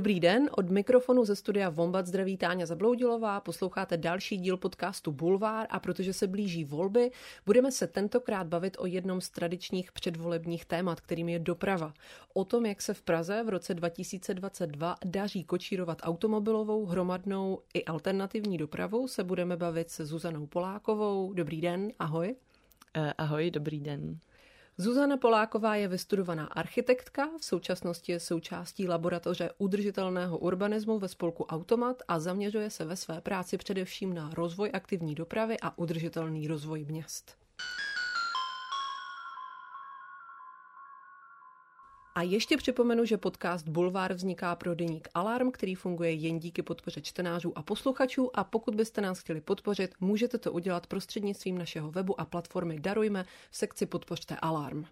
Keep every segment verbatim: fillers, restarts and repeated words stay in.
Dobrý den, od mikrofonu ze studia Vombat zdraví Táňa Zabloudilová, posloucháte další díl podcastu Bulvár a protože se blíží volby, budeme se tentokrát bavit o jednom z tradičních předvolebních témat, kterým je doprava. O tom, jak se v Praze v roce dva tisíce dvacet dva daří kočírovat automobilovou, hromadnou i alternativní dopravou, se budeme bavit se Zuzanou Polákovou. Dobrý den, ahoj. Ahoj, dobrý den. Zuzana Poláková je vystudovaná architektka, v současnosti je součástí laboratoře udržitelného urbanismu ve spolku Automat a zaměřuje se ve své práci především na rozvoj aktivní dopravy a udržitelný rozvoj měst. A ještě připomenu, že podcast Bulvár vzniká pro deník Alarm, který funguje jen díky podpoře čtenářů a posluchačů a pokud byste nás chtěli podpořit, můžete to udělat prostřednictvím našeho webu a platformy Darujme v sekci Podpořte Alarm.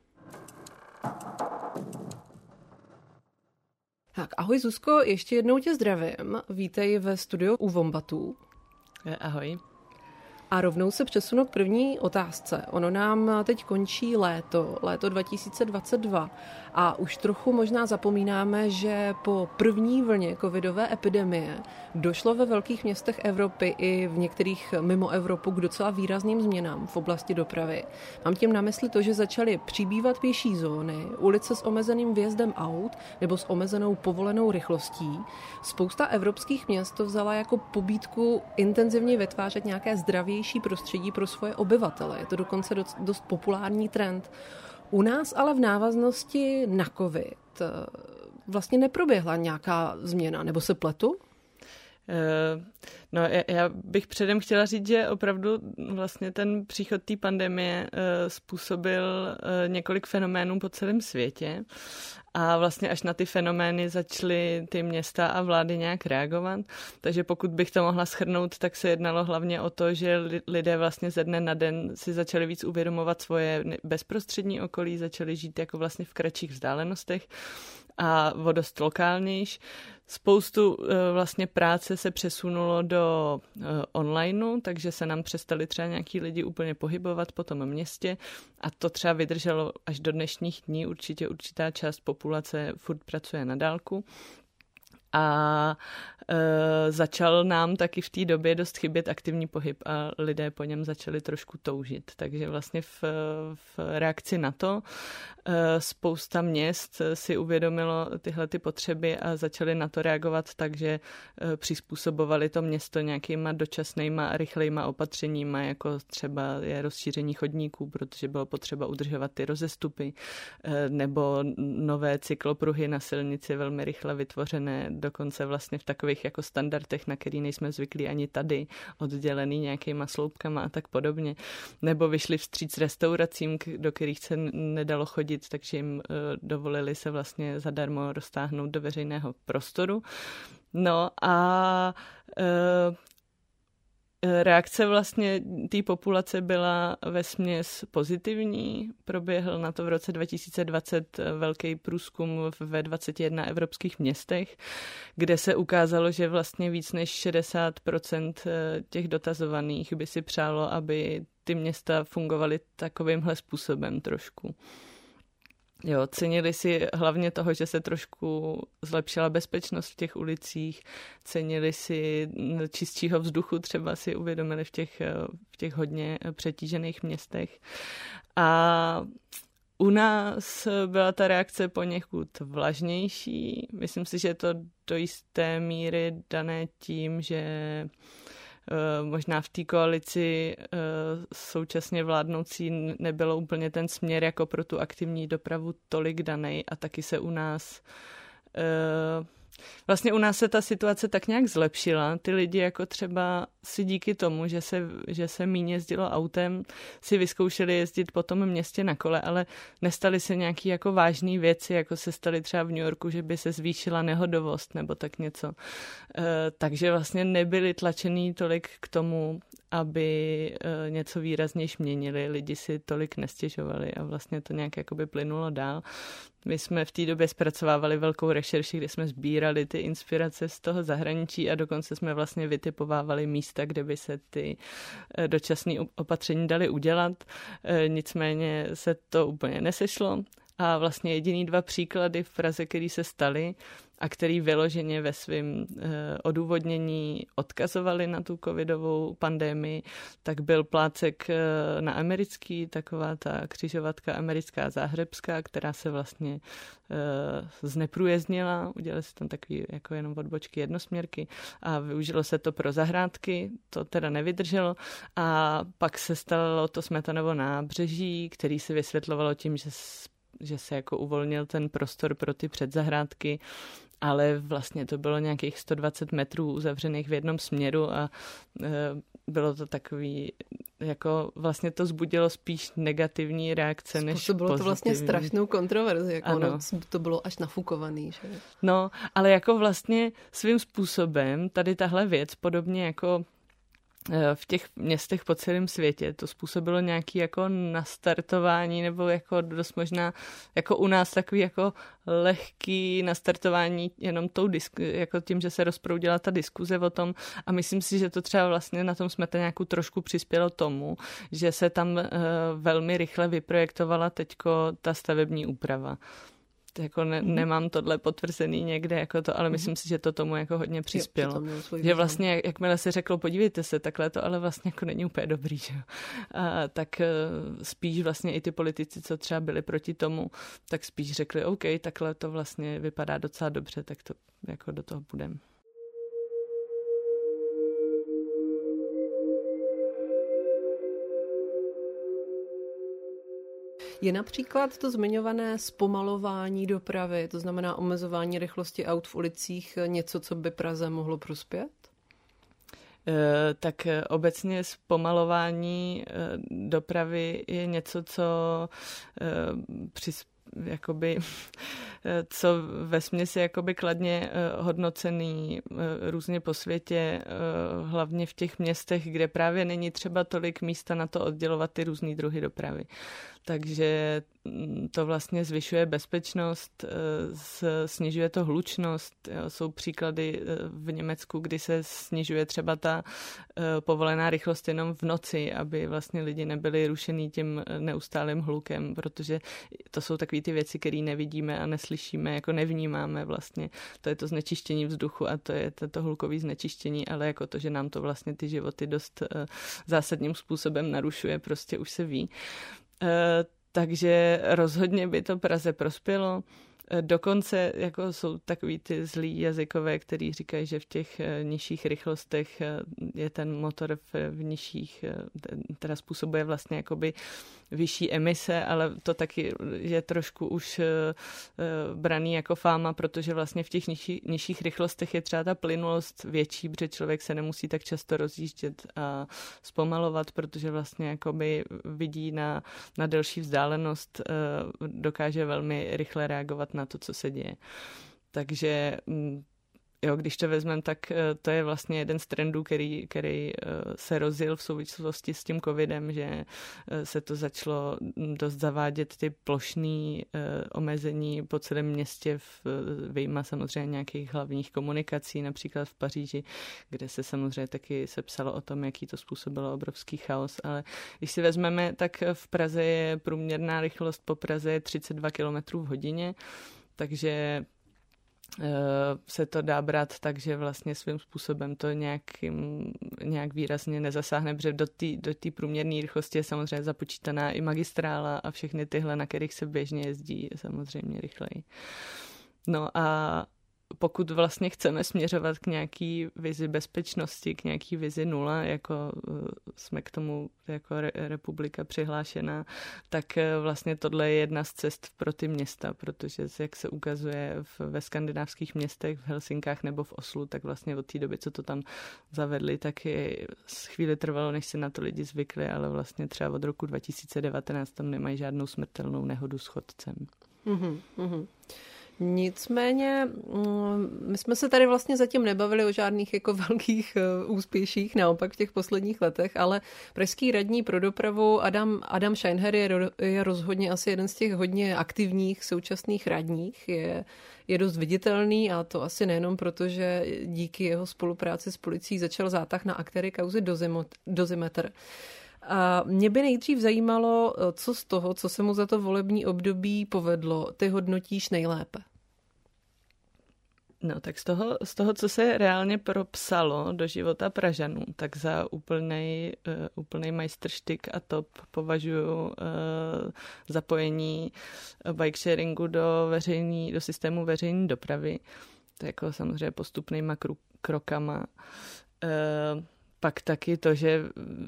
Tak, ahoj Zuzko, ještě jednou tě zdravím. Vítej ve studiu u Vombatů. Ahoj. A rovnou se přesunu k první otázce. Ono nám teď končí léto, léto dva tisíce dvacet dva a už trochu možná zapomínáme, že po první vlně covidové epidemie došlo ve velkých městech Evropy i v některých mimo Evropu k docela výrazným změnám v oblasti dopravy. Mám tím na mysli to, že začaly přibývat pěší zóny, ulice s omezeným vjezdem aut nebo s omezenou povolenou rychlostí. Spousta evropských měst to vzala jako pobídku intenzivně vytvářet nějaké zdraví prostředí pro svoje obyvatele. Je to dokonce dost, dost populární trend. U nás ale v návaznosti na covid vlastně neproběhla nějaká změna, nebo se pletu? No, já bych předem chtěla říct, že opravdu vlastně ten příchod té pandemie způsobil několik fenoménů po celém světě a vlastně až na ty fenomény začaly ty města a vlády nějak reagovat. Takže pokud bych to mohla shrnout, tak se jednalo hlavně o to, že lidé vlastně ze dne na den si začali víc uvědomovat svoje bezprostřední okolí, začali žít jako vlastně v kratších vzdálenostech a o dost lokálnější. Spoustu vlastně práce se přesunulo do onlineu, takže se nám přestali třeba nějaký lidi úplně pohybovat po tom městě a to třeba vydrželo až do dnešních dní. Určitě určitá část populace furt pracuje na dálku. A e, začal nám taky v té době dost chybět aktivní pohyb a lidé po něm začali trošku toužit. Takže vlastně v, v reakci na to e, spousta měst si uvědomilo tyhle ty potřeby a začali na to reagovat tak, že e, přizpůsobovali to město nějakýma dočasnýma a rychlejma opatřeníma, jako třeba je rozšíření chodníků, protože bylo potřeba udržovat ty rozestupy, e, nebo nové cyklopruhy na silnici velmi rychle vytvořené, dokonce vlastně v takových jako standardech, na který nejsme zvyklí ani tady, oddělený nějakýma sloupkama a tak podobně. Nebo vyšli vstříc restauracím, do kterých se nedalo chodit, takže jim uh, dovolili se vlastně zadarmo roztáhnout do veřejného prostoru. No a uh, reakce vlastně té populace byla vesměs pozitivní. Proběhl na to v roce dva tisíce dvacet velký průzkum ve dvaceti jedné evropských městech, kde se ukázalo, že vlastně víc než šedesát procent těch dotazovaných by si přálo, aby ty města fungovaly takovýmhle způsobem trošku. Jo, cenili si hlavně toho, že se trošku zlepšila bezpečnost v těch ulicích, cenili si čistšího vzduchu, třeba si uvědomili v těch, v těch hodně přetížených městech. A u nás byla ta reakce poněkud vlažnější. Myslím si, že je to do jisté míry dané tím, že možná v té koalici současně vládnoucí nebylo úplně ten směr jako pro tu aktivní dopravu tolik danej a taky se u nás Vlastně u nás se ta situace tak nějak zlepšila. Ty lidi jako třeba si díky tomu, že se, že se míň jezdilo autem, si vyzkoušeli jezdit po tom městě na kole, ale nestaly se nějaký jako vážný věci, jako se staly třeba v New Yorku, že by se zvýšila nehodovost nebo tak něco. E, takže vlastně nebyli tlačený tolik k tomu, aby e, něco výraznějš měnili. Lidi si tolik nestěžovali a vlastně to nějak jakoby plynulo dál. My jsme v té době zpracovávali velkou rešerši, kde jsme sbírali ty inspirace z toho zahraničí a dokonce jsme vlastně vytipovávali místa, kde by se ty dočasné opatření daly udělat. Nicméně se to úplně nesešlo a vlastně jediný dva příklady v Praze, které se staly a který vyloženě ve svém odůvodnění odkazovali na tu covidovou pandemii, tak byl plácek na americký, taková ta křižovatka americká záhřebská, která se vlastně zneprůjezdnila, udělali se tam takový jako jenom odbočky jednosměrky a využilo se to pro zahrádky, to teda nevydrželo a pak se stalo to Smetanovo nábřeží, který se vysvětlovalo tím, že, že se jako uvolnil ten prostor pro ty předzahrádky, ale vlastně to bylo nějakých sto dvacet metrů uzavřených v jednom směru a e, bylo to takový, jako vlastně to vzbudilo spíš negativní reakce než pozitivní. Bylo to vlastně strašnou kontroverzi, jako ono, to bylo až nafukovaný. Že? No, ale jako vlastně svým způsobem tady tahle věc, podobně jako v těch městech po celém světě, to způsobilo nějaké jako nastartování nebo jako dost možná jako u nás takový jako lehký nastartování jenom tou disku, jako tím, že se rozproudila ta diskuze o tom a myslím si, že to třeba vlastně na tom Smetaňáku trošku přispělo tomu, že se tam uh, velmi rychle vyprojektovala teďko ta stavební úprava. Jako ne, nemám tohle potvrzený někde, jako to, ale myslím si, že to tomu jako hodně přispělo. Jo, že vlastně, jakmile se řeklo, podívejte se, takhle to ale vlastně jako není úplně dobrý, že? A, tak spíš vlastně i ty politici, co třeba byli proti tomu, tak spíš řekli, OK, takhle to vlastně vypadá docela dobře, tak to jako do toho půjdeme. Je například to zmiňované zpomalování dopravy, to znamená omezování rychlosti aut v ulicích, něco, co by Praze mohlo prospět? E, tak obecně zpomalování e, dopravy je něco, co e, přispěje jakoby, co vesměs je jakoby kladně hodnocený různě po světě, hlavně v těch městech, kde právě není třeba tolik místa na to oddělovat ty různý druhy dopravy. Takže to vlastně zvyšuje bezpečnost, snižuje to hlučnost. Jsou příklady v Německu, kdy se snižuje třeba ta povolená rychlost jenom v noci, aby vlastně lidi nebyli rušený tím neustálým hlukem, protože to jsou takové ty věci, které nevidíme a neslyšíme, jako nevnímáme vlastně. To je to znečištění vzduchu a to je to hlukové znečištění, ale jako to, že nám to vlastně ty životy dost zásadním způsobem narušuje, prostě už se ví. Takže rozhodně by to Praze prospělo. Dokonce jako jsou takový ty zlí jazykové, který říkají, že v těch nižších rychlostech je ten motor v, v nižších, teda způsobuje vlastně jakoby vyšší emise, ale to taky je trošku už braný jako fáma, protože vlastně v těch nižší, nižších rychlostech je třeba ta plynulost větší, protože člověk se nemusí tak často rozjíždět a zpomalovat, protože vlastně jakoby vidí na, na delší vzdálenost, dokáže velmi rychle reagovat na to, co se děje. Takže jo, když to vezmeme, tak to je vlastně jeden z trendů, který, který se rozjel v souvislosti s tím covidem, že se to začalo dost zavádět ty plošné omezení po celém městě, vyjma samozřejmě nějakých hlavních komunikací, například v Paříži, kde se samozřejmě taky sepsalo o tom, jaký to způsobilo obrovský chaos, ale když si vezmeme, tak v Praze je průměrná rychlost po Praze je třicet dva kilometrů v hodině, takže se to dá brát tak, že vlastně svým způsobem to nějak, nějak výrazně nezasáhne, protože do té do té průměrné rychlosti je samozřejmě započítaná i magistrála a všechny tyhle, na kterých se běžně jezdí, samozřejmě rychleji. No a pokud vlastně chceme směřovat k nějaký vizi bezpečnosti, k nějaký vizi nula, jako jsme k tomu jako republika přihlášená, tak vlastně tohle je jedna z cest pro ty města, protože jak se ukazuje v, ve skandinávských městech, v Helsinkách nebo v Oslu, tak vlastně od té doby, co to tam zavedli, tak je, chvíli trvalo, než se na to lidi zvykli, ale vlastně třeba od roku dva tisíce devatenáct tam nemají žádnou smrtelnou nehodu s chodcem. Mhm, mhm. Nicméně, my jsme se tady vlastně zatím nebavili o žádných jako velkých úspěších, naopak v těch posledních letech, ale pražský radní pro dopravu Adam, Adam Scheinher je, je rozhodně asi jeden z těch hodně aktivních současných radních, je, je dost viditelný a to asi nejenom proto, že díky jeho spolupráci s policií začal zátah na aktéry kauzy Dozimetr. A mě by nejdřív zajímalo, co z toho, co se mu za to volební období povedlo, ty hodnotíš nejlépe. No, tak z toho, z toho, co se reálně propsalo do života Pražanů, tak za úplnej, uh, úplnej majstrštyk a top považuji uh, zapojení bike sharingu do, veřejný, do systému veřejné dopravy. To je jako samozřejmě postupnýma kru, krokama. Uh, pak taky to, že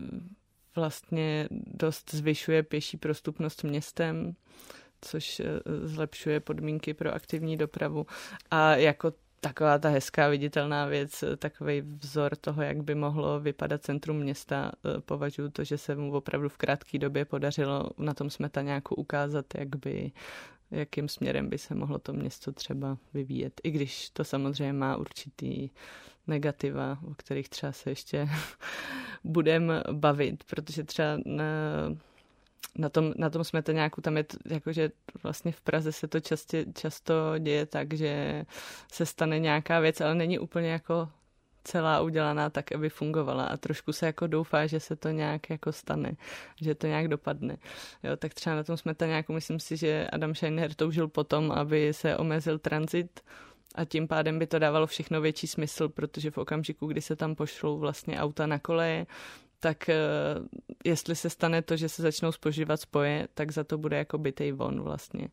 vlastně dost zvyšuje pěší prostupnost městem, což zlepšuje podmínky pro aktivní dopravu. A jako taková ta hezká viditelná věc, takový vzor toho, jak by mohlo vypadat centrum města, považuji to, že se mu opravdu v krátké době podařilo na tom Smetaňáku ukázat, jak by, jakým směrem by se mohlo to město třeba vyvíjet. I když to samozřejmě má určitý negativa, o kterých třeba se ještě budeme bavit, protože třeba na, na tom, na tom Smetaňáku tam je, jakože vlastně v Praze se to častě, často děje tak, že se stane nějaká věc, ale není úplně jako celá udělaná tak, aby fungovala a trošku se jako doufá, že se to nějak jako stane, že to nějak dopadne. Jo, tak třeba na tom Smetaňáku myslím si, že Adam Scheinher toužil potom, aby se omezil tranzit a tím pádem by to dávalo všechno větší smysl, protože v okamžiku, kdy se tam pošlou vlastně auta na koleje, tak jestli se stane to, že se začnou zpožívat spoje, tak za to bude jako bitej von vlastně.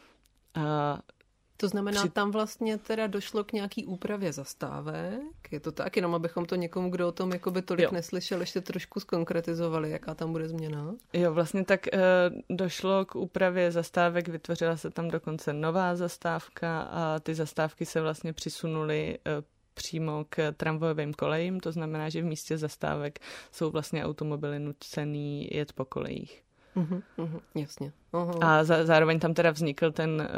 A to znamená, při... tam vlastně teda došlo k nějaký úpravě zastávek. Je to tak, jenom abychom to někomu, kdo o tom jakoby tolik jo. neslyšel, ještě trošku zkonkretizovali, jaká tam bude změna? Jo, vlastně tak e, došlo k úpravě zastávek, vytvořila se tam dokonce nová zastávka a ty zastávky se vlastně přisunuly e, přímo k tramvajovým kolejím, to znamená, že v místě zastávek jsou vlastně automobily nucený jet po kolejích. Uhum, uhum, jasně. Uhum. A za, zároveň tam teda vznikl ten,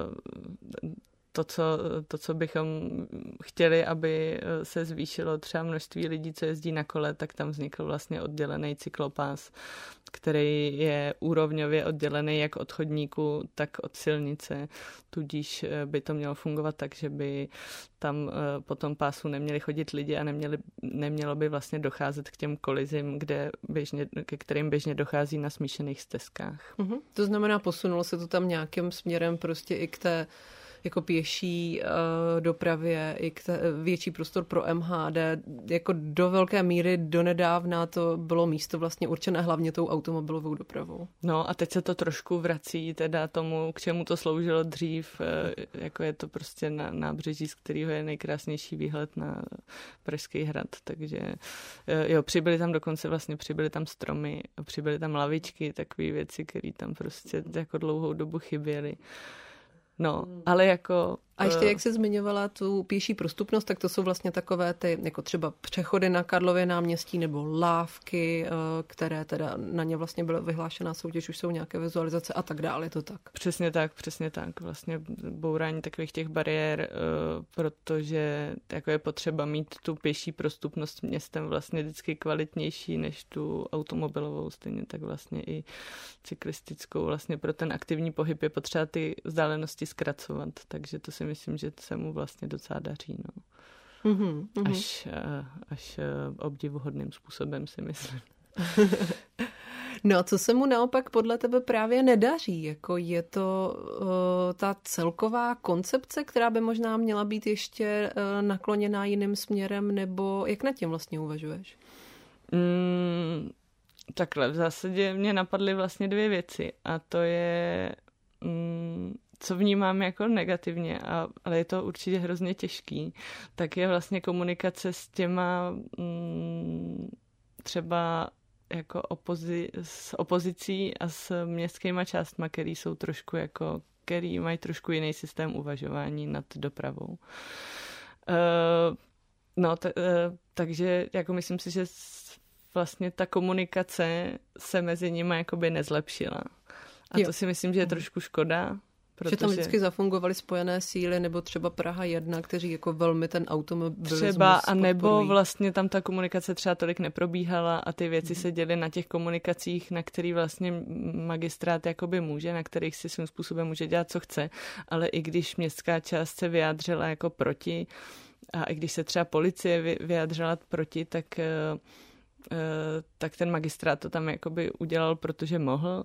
to co, to, co bychom chtěli, aby se zvýšilo třeba množství lidí, co jezdí na kole, tak tam vznikl vlastně oddělený cyklopás, který je úrovňově oddělený jak od chodníku, tak od silnice. Tudíž by to mělo fungovat tak, že by tam po tom pásu neměli chodit lidi a neměli, nemělo by vlastně docházet k těm kolizím, kde běžně, ke kterým běžně dochází na smíšených stezkách. Mm-hmm. To znamená, posunulo se to tam nějakým směrem prostě i k té jako pěší uh, dopravě, i k té, větší prostor pro M H D. Jako do velké míry donedávna to bylo místo vlastně určené hlavně tou automobilovou dopravou. No a teď se to trošku vrací teda tomu, k čemu to sloužilo dřív, jako je to prostě na nábřeží, z kterého je nejkrásnější výhled na Pražský hrad, takže jo, přibyly tam dokonce vlastně, přibyly tam stromy, přibyly tam lavičky, takové věci, které tam prostě jako dlouhou dobu chyběly. No, ale jako... A ještě jak jsi zmiňovala tu pěší prostupnost, tak to jsou vlastně takové ty, jako třeba přechody na Karlově náměstí nebo lávky, které teda na ně vlastně byla vyhlášená soutěž, už jsou nějaké vizualizace a tak dále, je to tak? Přesně tak, přesně tak. Vlastně bourání takových těch bariér, protože jako je potřeba mít tu pěší prostupnost městem vlastně vždycky kvalitnější než tu automobilovou, stejně tak vlastně i cyklistickou. Vlastně pro ten aktivní pohyb je potřeba ty vzdálenosti zkracovat, takže to si myslím, že se mu vlastně docela daří. No. Mm-hmm, mm-hmm. Až, až obdivuhodným způsobem si myslím. No a co se mu naopak podle tebe právě nedaří? Jako je to uh, ta celková koncepce, která by možná měla být ještě uh, nakloněná jiným směrem, nebo jak nad tím vlastně uvažuješ? Mm, takhle, v zásadě mě napadly vlastně dvě věci a to je... Mm, co vnímám jako negativně, a, ale je to určitě hrozně těžký, tak je vlastně komunikace s těma mm, třeba jako opozi, s opozicí a s městskýma částma, který jsou trošku jako, který mají trošku jiný systém uvažování nad dopravou. Uh, no, t- uh, takže jako myslím si, že vlastně ta komunikace se mezi nimi jakoby nezlepšila. A jo. To si myslím, že je trošku škoda. Protože... Že tam vždycky zafungovaly spojené síly, nebo třeba Praha jedna, kteří jako velmi ten automobilismus třeba, a nebo podporují. Vlastně tam ta komunikace třeba tolik neprobíhala a ty věci mm. se děly na těch komunikacích, na který vlastně magistrát jakoby může, na kterých si svým způsobem může dělat, co chce, ale i když městská část se vyjádřila jako proti a i když se třeba policie vyjádřila proti, tak... tak ten magistrát to tam jakoby udělal, protože mohl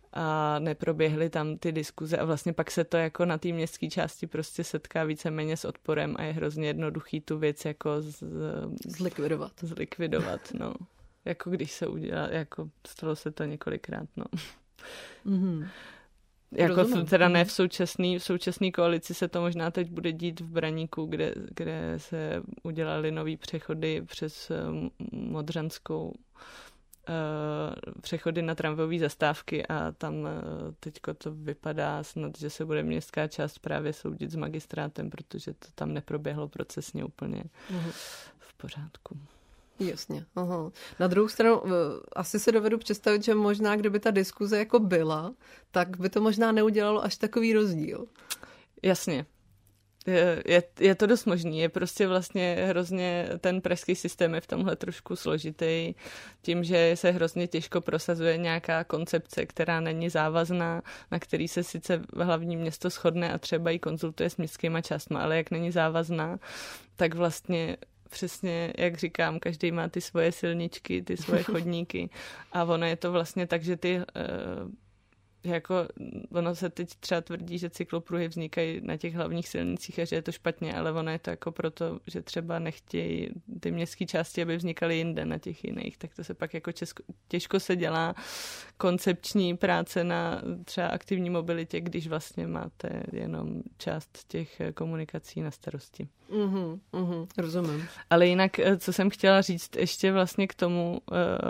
a neproběhly tam ty diskuze a vlastně pak se to jako na té městské části prostě setká víceméně s odporem a je hrozně jednoduchý tu věc jako z, zlikvidovat. Zlikvidovat, no. Jako když se udělá, jako stalo se to několikrát, no. Mm-hmm. Jako v, teda ne v současné v současný koalici se to možná teď bude dít v Braníku, kde, kde se udělaly nový přechody přes Modřanskou, uh, přechody na tramvajové zastávky a tam uh, teďko to vypadá snad, že se bude městská část právě soudit s magistrátem, protože to tam neproběhlo procesně úplně uh-huh. v pořádku. Jasně. Aha. Na druhou stranu asi si dovedu představit, že možná, kdyby ta diskuze jako byla, tak by to možná neudělalo až takový rozdíl. Jasně. Je, je, je to dost možný. Je prostě vlastně hrozně, ten pražský systém je v tomhle trošku složitý, tím, že se hrozně těžko prosazuje nějaká koncepce, která není závazná, na který se sice hlavní město shodne a třeba ji konzultuje s městskýma částma, ale jak není závazná, tak vlastně přesně, jak říkám, každý má ty svoje silničky, ty svoje chodníky a ono je to vlastně tak, že ty jako ono se teď třeba tvrdí, že cyklopruhy vznikají na těch hlavních silnicích a že je to špatně, ale ono je to jako proto, že třeba nechtějí ty městské části, aby vznikaly jinde na těch jiných, tak to se pak jako česko, těžko se dělá koncepční práce na třeba aktivní mobilitě, když vlastně máte jenom část těch komunikací na starosti. Mhm, mhm, rozumím. Ale jinak, co jsem chtěla říct ještě vlastně k tomu,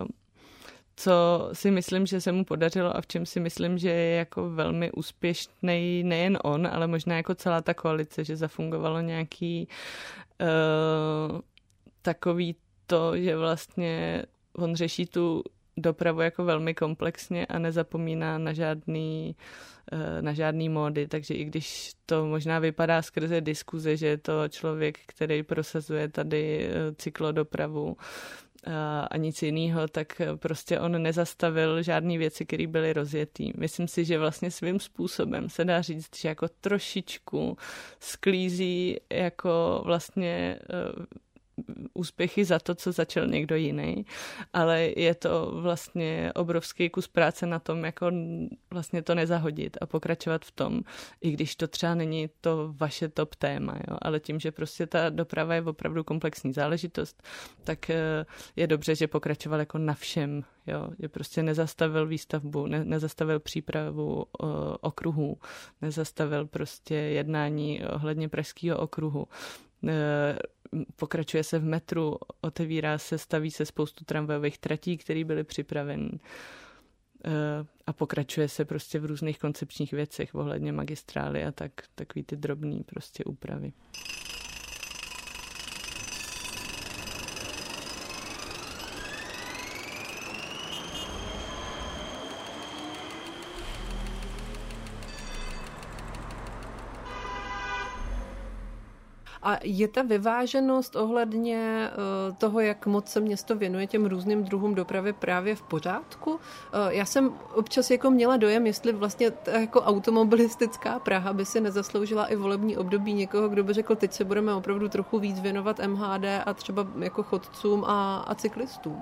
co si myslím, že se mu podařilo a v čem si myslím, že je jako velmi úspěšný nejen on, ale možná jako celá ta koalice, že zafungovalo nějaký uh, takový to, že vlastně on řeší tu dopravu jako velmi komplexně a nezapomíná na žádný, uh, na žádný módy, takže i když to možná vypadá skrze diskuze, že je to člověk, který prosazuje tady uh, cyklodopravu, a nic jiného, tak prostě on nezastavil žádný věci, které byly rozjetý. Myslím si, že vlastně svým způsobem se dá říct, že jako trošičku sklízí jako vlastně úspěchy za to, co začal někdo jiný, ale je to vlastně obrovský kus práce na tom, jako vlastně to nezahodit a pokračovat v tom, i když to třeba není to vaše top téma, jo? Ale tím, že prostě ta doprava je opravdu komplexní záležitost, tak je dobře, že pokračoval jako na všem, jo? Že prostě nezastavil výstavbu, ne, nezastavil přípravu o, okruhů, nezastavil prostě jednání ohledně pražského okruhu, pokračuje se v metru, otevírá se, staví se spoustu tramvajových tratí, které byly připraveny a pokračuje se prostě v různých koncepčních věcech ohledně magistrály a tak, takový ty drobný prostě úpravy. A je ta vyváženost ohledně uh, toho, jak moc se město věnuje těm různým druhům dopravy právě v pořádku? Uh, já jsem občas jako měla dojem, jestli vlastně ta jako automobilistická Praha by si nezasloužila i volební období někoho, kdo by řekl, teď se budeme opravdu trochu víc věnovat M H D a třeba jako chodcům a, a cyklistům.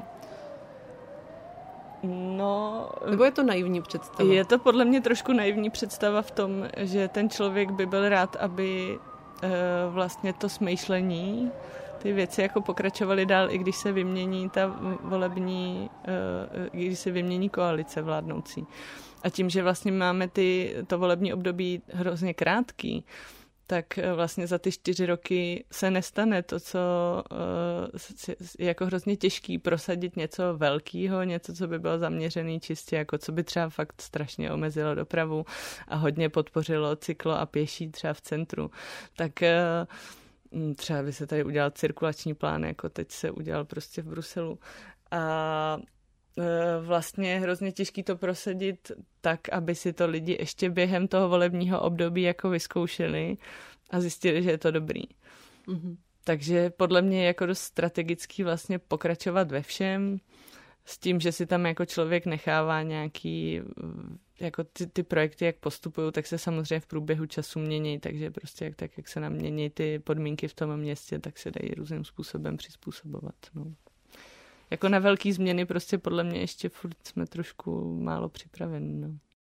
No, nebo je to naivní představa? Je to podle mě trošku naivní představa v tom, že ten člověk by byl rád, aby vlastně to smýšlení, ty věci jako pokračovaly dál, i když se vymění ta volební, i když se vymění koalice vládnoucí. A tím, že vlastně máme ty, to volební období hrozně krátký, tak vlastně za ty čtyři roky se nestane to, co je jako hrozně těžký prosadit něco velkého, něco, co by bylo zaměřené čistě, jako co by třeba fakt strašně omezilo dopravu a hodně podpořilo cyklo a pěší třeba v centru. Tak třeba by se tady udělal cirkulační plán, jako teď se udělal prostě v Bruselu. A vlastně je hrozně těžký to prosadit tak, aby si to lidi ještě během toho volebního období jako vyzkoušeli a zjistili, že je to dobrý. Mm-hmm. Takže podle mě je jako dost strategický vlastně pokračovat ve všem s tím, že si tam jako člověk nechává nějaký jako ty, ty projekty, jak postupují, tak se samozřejmě v průběhu času mění, takže prostě jak, tak, jak se nám mění ty podmínky v tom městě, tak se dají různým způsobem přizpůsobovat. No. Jako na velký změny prostě podle mě ještě furt jsme trošku málo připraveni. No.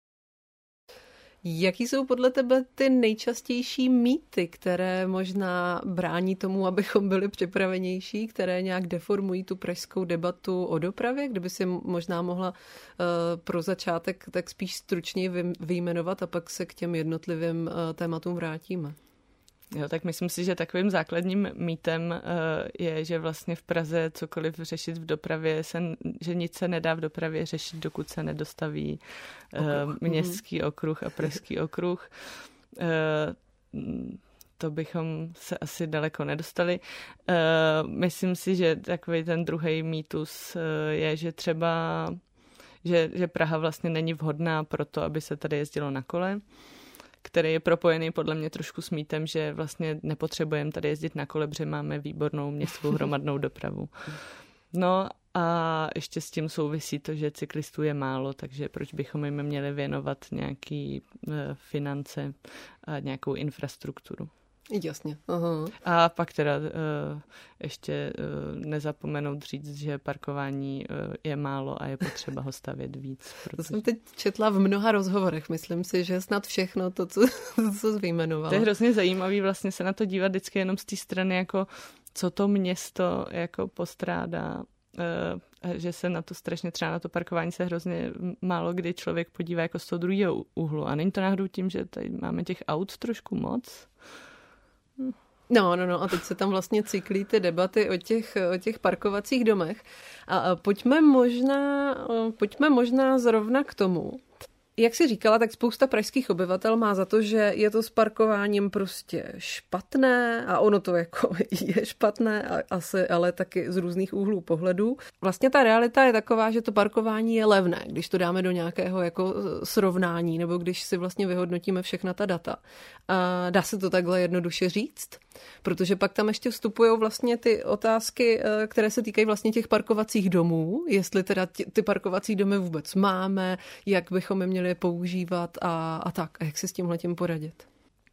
Jaký jsou podle tebe ty nejčastější mýty, které možná brání tomu, abychom byli připravenější, které nějak deformují tu pražskou debatu o dopravě? Kdyby si možná mohla uh, pro začátek tak spíš stručně vyjmenovat a pak se k těm jednotlivým uh, tématům vrátíme. Jo, tak myslím si, že takovým základním mýtem uh, je, že vlastně v Praze cokoliv řešit v dopravě, se, že nic se nedá v dopravě řešit, dokud se nedostaví uh, městský okruh a pražský okruh. Uh, to bychom se asi daleko nedostali. Uh, myslím si, že takový ten druhý mýtus uh, je, že třeba, že, že Praha vlastně není vhodná pro to, aby se tady jezdilo na kole, který je propojený podle mě trošku s mýtem, že vlastně nepotřebujeme tady jezdit na kole, protože máme výbornou městskou hromadnou dopravu. No a ještě s tím souvisí to, že cyklistů je málo, takže proč bychom jim měli věnovat nějaký uh, finance a nějakou infrastrukturu. Jasně. Aha. A pak teda uh, ještě uh, nezapomenout říct, že parkování uh, je málo a je potřeba ho stavět víc. Protože... To jsem teď četla v mnoha rozhovorech. Myslím si, že snad všechno to, co, co jsi vyjmenovala. To je hrozně zajímavý vlastně se na to dívat vždycky jenom z té strany, jako co to město jako postrádá. Uh, že se na to strašně třeba na to parkování se hrozně málo kdy člověk podívá jako z toho druhého úhlu. A není to náhodou tím, že tady máme těch aut trošku moc? No, no, no, a teď se tam vlastně cyklí ty debaty o těch, o těch parkovacích domech. A, a pojďme možná, pojďme možná zrovna k tomu. Jak jsi říkala, tak spousta pražských obyvatel má za to, že je to s parkováním prostě špatné a ono to jako je špatné, a, asi, ale taky z různých úhlů pohledů. Vlastně ta realita je taková, že to parkování je levné, když to dáme do nějakého jako srovnání nebo když si vlastně vyhodnotíme všechna ta data. A dá se to takhle jednoduše říct? Protože pak tam ještě vstupují vlastně ty otázky, které se týkají vlastně těch parkovacích domů, jestli teda ty parkovací domy vůbec máme, jak bychom je měli používat a, a tak. A jak se s tímhletím poradit?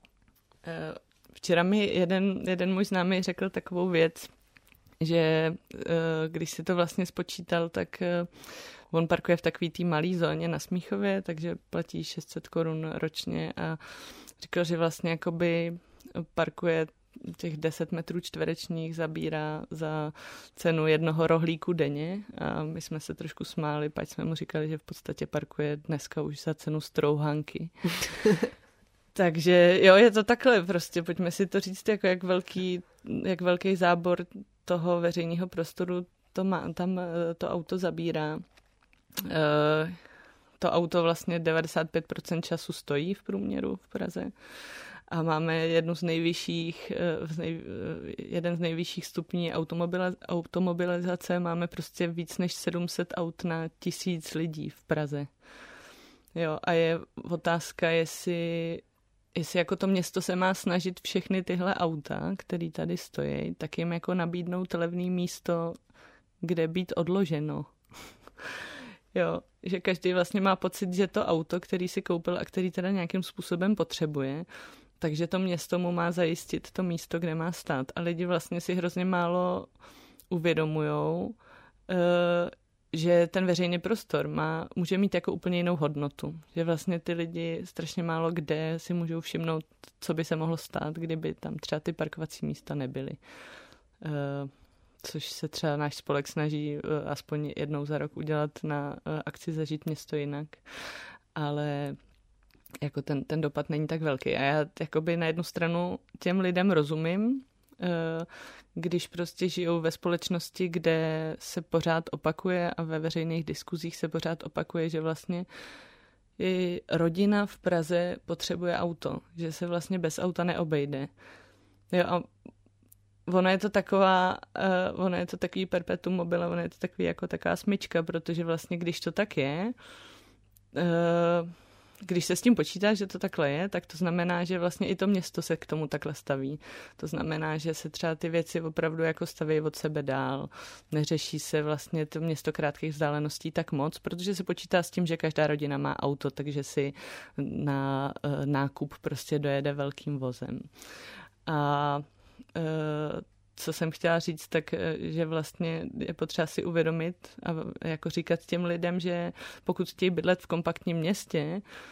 Včera mi jeden, jeden můj známý řekl takovou věc, že když si to vlastně spočítal, tak on parkuje v takový té malý zóně na Smíchově, takže platí šest set korun ročně a říkal, že vlastně jakoby parkuje těch deset metrů čtverečních, zabírá za cenu jednoho rohlíku denně a my jsme se trošku smáli, pač jsme mu říkali, že v podstatě parkuje dneska už za cenu strouhanky. Takže jo, je to takhle prostě, pojďme si to říct, jako jak velký, jak velký zábor toho veřejného prostoru to má, tam to auto zabírá. E, to auto vlastně devadesát pět procent času stojí v průměru v Praze. A máme jednu z nejvyšších, jeden z nejvyšších stupní automobilizace. Máme prostě víc než sedm set aut na tisíc lidí v Praze. Jo, a je otázka, jestli, jestli jako to město se má snažit všechny tyhle auta, které tady stojí, tak jim jako nabídnout levné místo, kde být odloženo. Jo, že každý vlastně má pocit, že to auto, který si koupil a který teda nějakým způsobem potřebuje, takže to město mu má zajistit to místo, kde má stát. A lidi vlastně si hrozně málo uvědomujou, že ten veřejný prostor má, může mít jako úplně jinou hodnotu. Že vlastně ty lidi strašně málo kde si můžou všimnout, co by se mohlo stát, kdyby tam třeba ty parkovací místa nebyly. Což se třeba náš spolek snaží aspoň jednou za rok udělat na akci Zažít město jinak. Ale jako ten, ten dopad není tak velký. A já jakoby na jednu stranu těm lidem rozumím, když prostě žijou ve společnosti, kde se pořád opakuje a ve veřejných diskuzích se pořád opakuje, že vlastně i rodina v Praze potřebuje auto, že se vlastně bez auta neobejde. Jo, a ono je to taková, uh, ono je to takový perpetuum mobile, ono je to takový jako taková smyčka, protože vlastně když to tak je, uh, když se s tím počítá, že to takhle je, tak to znamená, že vlastně i to město se k tomu takhle staví. To znamená, že se třeba ty věci opravdu jako staví od sebe dál. Neřeší se vlastně to město krátkých vzdáleností tak moc, protože se počítá s tím, že každá rodina má auto, takže si na uh, nákup prostě dojede velkým vozem. A uh, co jsem chtěla říct, tak že vlastně je potřeba si uvědomit a jako říkat těm lidem, že pokud chtějí bydlet v kompaktním městě,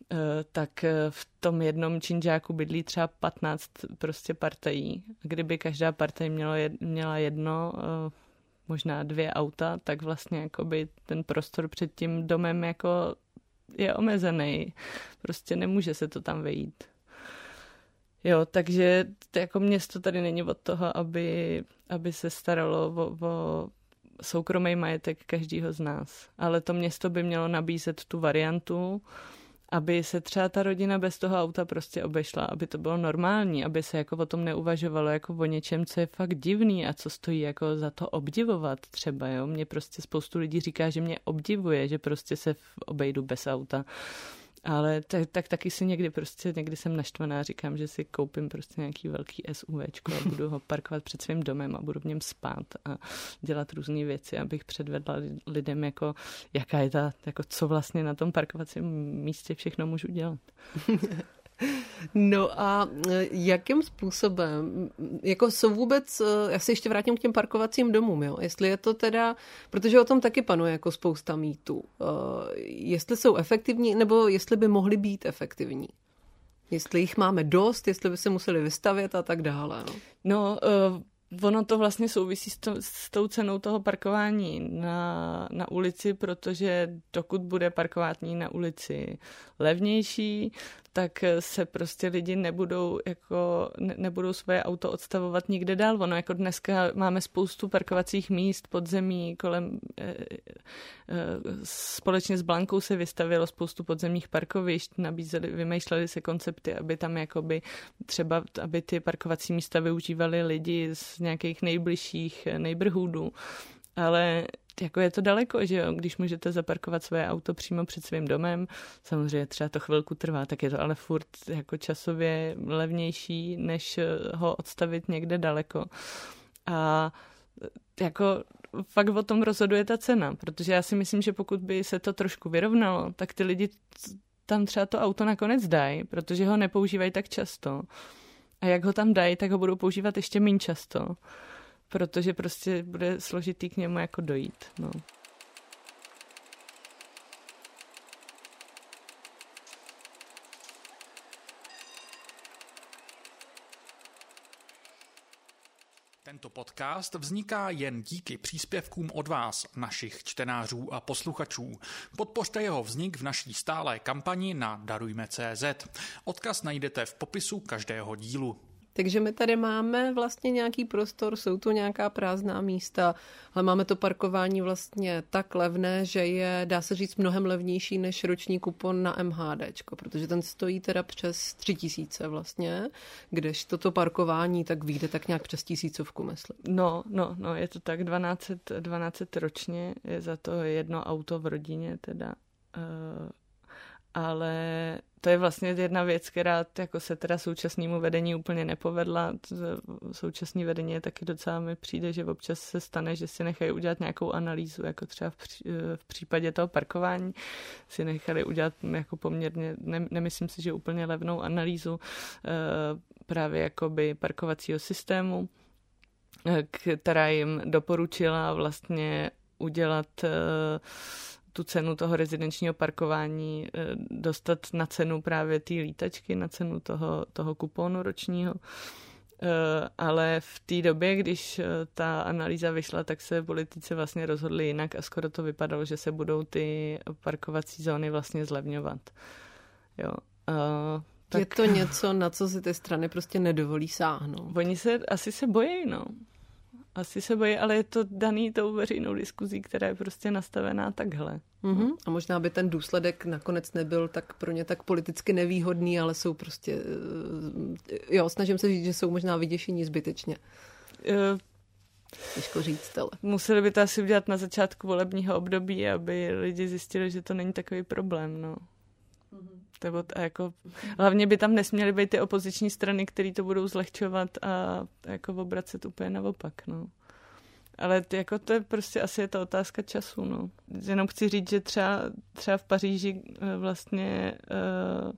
tak v tom jednom činžáku bydlí třeba patnáct prostě partají. Kdyby každá partaj měla, měla jedno, možná dvě auta, tak vlastně jakoby ten prostor před tím domem jako je omezený. Prostě nemůže se to tam vejít. Jo, takže jako město tady není od toho, aby, aby se staralo o, o soukromý majetek každého z nás. Ale to město by mělo nabízet tu variantu, aby se třeba ta rodina bez toho auta prostě obešla, aby to bylo normální, aby se jako o tom neuvažovalo jako o něčem, co je fakt divný a co stojí jako za to obdivovat třeba, jo. Mě prostě spoustu lidí říká, že mě obdivuje, že prostě se obejdu bez auta. Ale tak, tak taky si někdy prostě, někdy jsem naštvaná, říkám, že si koupím prostě nějaký velký SUVčko a budu ho parkovat před svým domem a budu v něm spát a dělat různé věci, abych předvedla lidem, jako, jaká je ta, jako co vlastně na tom parkovacím místě všechno můžu dělat. No a jakým způsobem, jako jsou vůbec, já se ještě vrátím k těm parkovacím domům, jo, jestli je to teda, protože o tom taky panuje jako spousta mýtů, jestli jsou efektivní, nebo jestli by mohly být efektivní. Jestli jich máme dost, jestli by se museli vystavět a tak dále. No, no uh... Ono to vlastně souvisí s, to, s tou cenou toho parkování na, na ulici, protože dokud bude parkování na ulici levnější, tak se prostě lidi nebudou, jako, ne, nebudou svoje auto odstavovat nikde dál. Ono jako dneska máme spoustu parkovacích míst pod zemí, kolem, e, e, společně s Blankou se vystavilo spoustu podzemních parkovišť, nabízeli, vymýšleli se koncepty, aby tam jakoby třeba, aby ty parkovací místa využívali lidi z nějakých nejbližších neighborhoodů, ale jako je to daleko, že jo, když můžete zaparkovat své auto přímo před svým domem, samozřejmě třeba to chvilku trvá, tak je to ale furt jako časově levnější, než ho odstavit někde daleko. A jako fakt o tom rozhoduje ta cena, protože já si myslím, že pokud by se to trošku vyrovnalo, tak ty lidi tam třeba to auto nakonec dají, protože ho nepoužívají tak často. A jak ho tam dají, tak ho budou používat ještě méně často, protože prostě bude složitý k němu jako dojít. No. Tento podcast vzniká jen díky příspěvkům od vás, našich čtenářů a posluchačů. Podpořte jeho vznik v naší stálé kampani na darujme tečka cé zet. Odkaz najdete v popisu každého dílu. Takže my tady máme vlastně nějaký prostor, jsou tu nějaká prázdná místa, ale máme to parkování vlastně tak levné, že je, dá se říct, mnohem levnější než roční kupon na MHDčko, protože ten stojí teda přes tři tisíce vlastně, kdež toto parkování tak vyjde tak nějak přes tisícovku, myslím. No, no, no, je to tak dvanáct set ročně, je za to jedno auto v rodině teda, uh... ale to je vlastně jedna věc, která jako se teda současnému vedení úplně nepovedla. Současné vedení je taky docela, mi přijde, že občas se stane, že si nechají udělat nějakou analýzu, jako třeba v, pří, v případě toho parkování si nechali udělat jako poměrně, ne, nemyslím si, že úplně levnou analýzu právě jakoby parkovacího systému, která jim doporučila vlastně udělat tu cenu toho rezidenčního parkování dostat na cenu právě té lítačky, na cenu toho, toho kupónu ročního. Ale v té době, když ta analýza vyšla, tak se politici vlastně rozhodli jinak a skoro to vypadalo, že se budou ty parkovací zóny vlastně zlevňovat. Jo. Tak... Je to něco, na co si ty strany prostě nedovolí sáhnout. Oni se asi se bojí, no. Asi se bojí, ale je to daný tou veřejnou diskuzí, která je prostě nastavená takhle. Mm-hmm. A možná by ten důsledek nakonec nebyl tak pro ně tak politicky nevýhodný, ale jsou prostě, jo, snažím se říct, že jsou možná vyděšení zbytečně. Uh, Těžko říct, ale. Museli by to asi udělat na začátku volebního období, aby lidi zjistili, že to není takový problém, no. Nebo t- jako, hlavně by tam nesměly být ty opoziční strany, které to budou zlehčovat a jako obracet úplně naopak, no. Ale t- jako to je prostě asi je to otázka času, no. Jenom chci říct, že třeba, třeba v Paříži vlastně uh,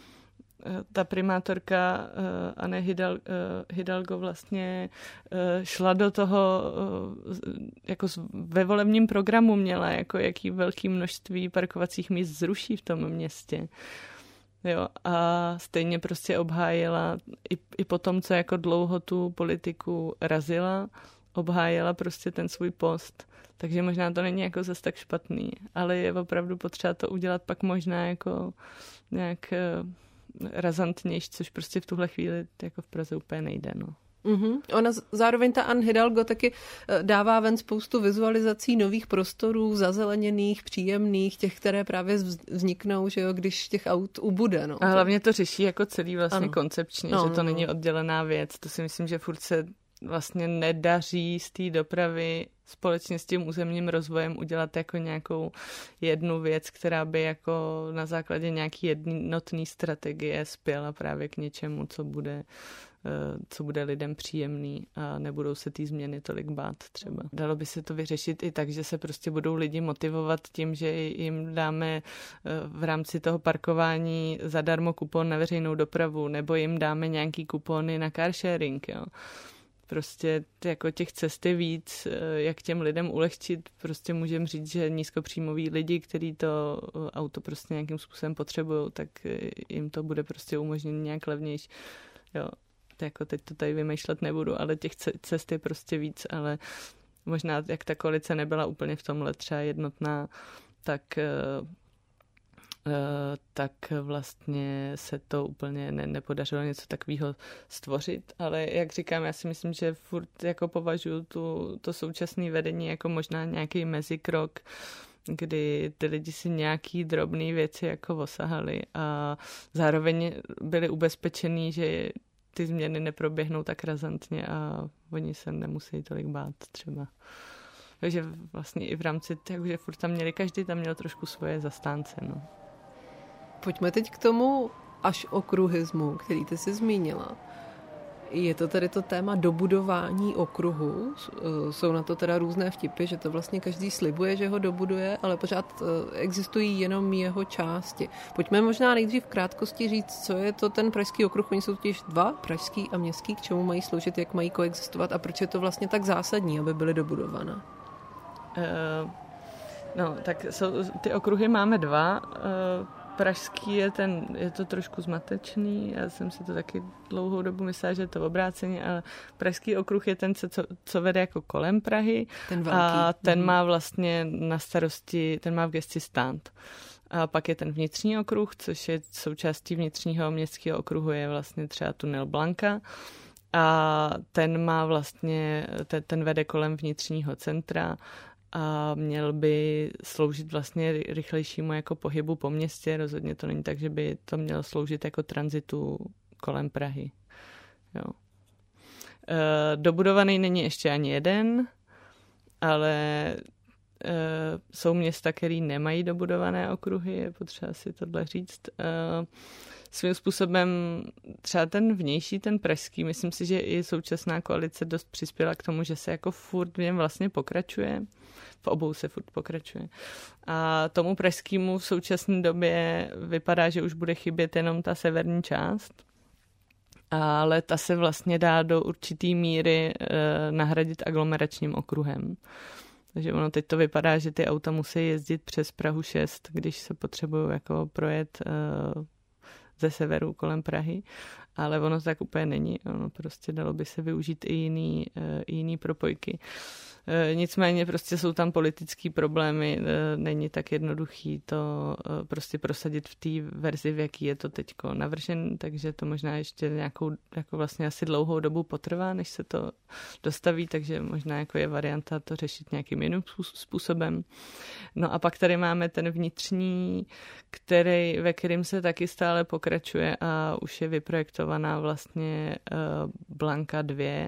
ta primátorka uh, Anne Hidal, uh, Hidalgo vlastně uh, šla do toho, uh, jako ve volebním programu měla, jako jaký velký množství parkovacích míst zruší v tom městě. Jo, a stejně prostě obhájila i, i po tom, co jako dlouho tu politiku razila, obhájila prostě ten svůj post. Takže možná to není jako zase tak špatný, ale je opravdu potřeba to udělat pak možná jako nějak razantnější, což prostě v tuhle chvíli jako v Praze úplně nejde, no. Mm-hmm. Ona zároveň ta Anne Hidalgo taky dává ven spoustu vizualizací nových prostorů, zazeleněných, příjemných, těch, které právě vzniknou, že jo, když těch aut ubude. No. A hlavně to řeší jako celý vlastně ano. koncepčně, no, že to no. není oddělená věc. To si myslím, že furt se vlastně nedaří z té dopravy společně s tím územním rozvojem udělat jako nějakou jednu věc, která by jako na základě nějaký jednotné strategie spěla právě k něčemu, co bude co bude lidem příjemný a nebudou se ty změny tolik bát třeba. Dalo by se to vyřešit i tak, že se prostě budou lidi motivovat tím, že jim dáme v rámci toho parkování zadarmo kupon na veřejnou dopravu nebo jim dáme nějaký kupony na car sharing, jo. Prostě jako těch cest je víc, jak těm lidem ulehčit, prostě můžeme říct, že nízkopříjmoví lidi, kteří to auto prostě nějakým způsobem potřebují, tak jim to bude prostě umožněno nějak levnější. Jo. Jako teď to tady vymýšlet nebudu, ale těch cest je prostě víc, ale možná jak ta koalice nebyla úplně v tomhle třeba jednotná, tak, tak vlastně se to úplně ne, nepodařilo něco takového stvořit, ale jak říkám, já si myslím, že furt jako považuji tu, to současné vedení jako možná nějaký mezikrok, kdy ty lidi si nějaký drobné věci jako osahali a zároveň byli ubezpečení, že ty změny neproběhnou tak razantně a oni se nemusí tolik bát třeba. Takže vlastně i v rámci toho, že furt tam měli, každý tam měl trošku svoje zastánce. No. Pojďme teď k tomu až okruhismu, který ty jsi zmínila. Je to tedy to téma dobudování okruhu. Jsou na to teda různé vtipy, že to vlastně každý slibuje, že ho dobuduje, ale pořád existují jenom jeho části. Pojďme možná nejdřív v krátkosti říct, co je to ten pražský okruh. Oni jsou totiž dva, pražský a městský, k čemu mají sloužit, jak mají koexistovat a proč je to vlastně tak zásadní, aby byly dobudované. Uh, no, tak jsou, ty okruhy máme dva. Uh, Pražský je ten, je to trošku zmatečný, já jsem si to taky dlouhou dobu myslela, že je to obráceně, ale Pražský okruh je ten, co, co vede jako kolem Prahy ten velký. A ten má vlastně na starosti, ten má v gesci stand. A pak je ten vnitřní okruh, což je součástí vnitřního městského okruhu, je vlastně třeba tunel Blanka a ten má vlastně, ten, ten vede kolem vnitřního centra a měl by sloužit vlastně rychlejšímu jako pohybu po městě. Rozhodně to není tak, že by to mělo sloužit jako tranzitu kolem Prahy. Jo. E, dobudovaný není ještě ani jeden, ale e, jsou města, které nemají dobudované okruhy, je potřeba si tohle říct. E, svým způsobem třeba ten vnější, ten pražský, myslím si, že i současná koalice dost přispěla k tomu, že se jako furt v něm vlastně pokračuje. V obou se furt pokračuje. A tomu pražskému v současné době vypadá, že už bude chybět jenom ta severní část, ale ta se vlastně dá do určitý míry eh, nahradit aglomeračním okruhem. Takže ono teď to vypadá, že ty auta musí jezdit přes Prahu šest, když se potřebují jako projet eh, ze severu kolem Prahy, ale ono tak úplně není. Ono prostě dalo by se využít i jiný, eh, jiný propojky. Nicméně prostě jsou tam politický problémy, není tak jednoduchý to prostě prosadit v té verzi, v jaký je to teďko navržen, takže to možná ještě nějakou jako vlastně asi dlouhou dobu potrvá, než se to dostaví, takže možná jako je varianta to řešit nějakým jiným způsobem. No a pak tady máme ten vnitřní, který, ve kterým se taky stále pokračuje a už je vyprojektovaná vlastně Blanka dva,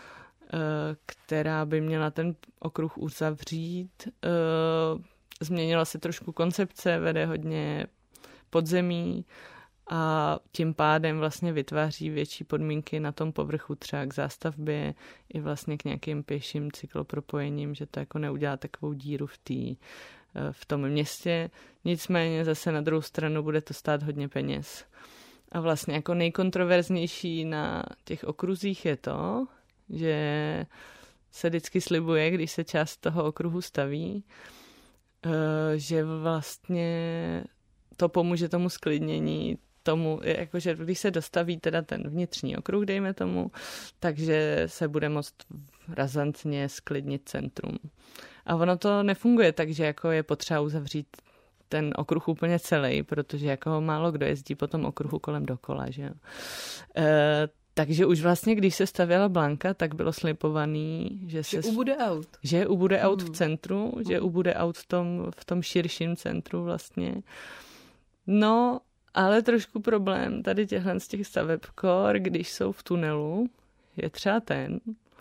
která by měla ten okruh uzavřít. Změnila se trošku koncepce, vede hodně podzemí a tím pádem vlastně vytváří větší podmínky na tom povrchu třeba k zástavbě i vlastně k nějakým pěším cyklopropojením, že to jako neudělá takovou díru v, tý, v tom městě. Nicméně zase na druhou stranu bude to stát hodně peněz. A vlastně jako nejkontroverznější na těch okruzích je to, že se vždycky slibuje, když se část toho okruhu staví, že vlastně to pomůže tomu sklidnění tomu, jakože když se dostaví teda ten vnitřní okruh, dejme tomu, takže se bude moct razantně sklidnit centrum. A ono to nefunguje tak, že jako je potřeba uzavřít ten okruh úplně celý, protože jako málo kdo jezdí po tom okruhu kolem dokola, že jo. E, takže už vlastně, když se stavěla Blanka, tak bylo slibovaný, že, že se... ubude aut. Že ubude aut hmm. v centru, hmm. že ubude aut v tom, v tom širším centru vlastně. No, ale trošku problém tady těchhle z těch staveb kor, když jsou v tunelu, je třeba ten,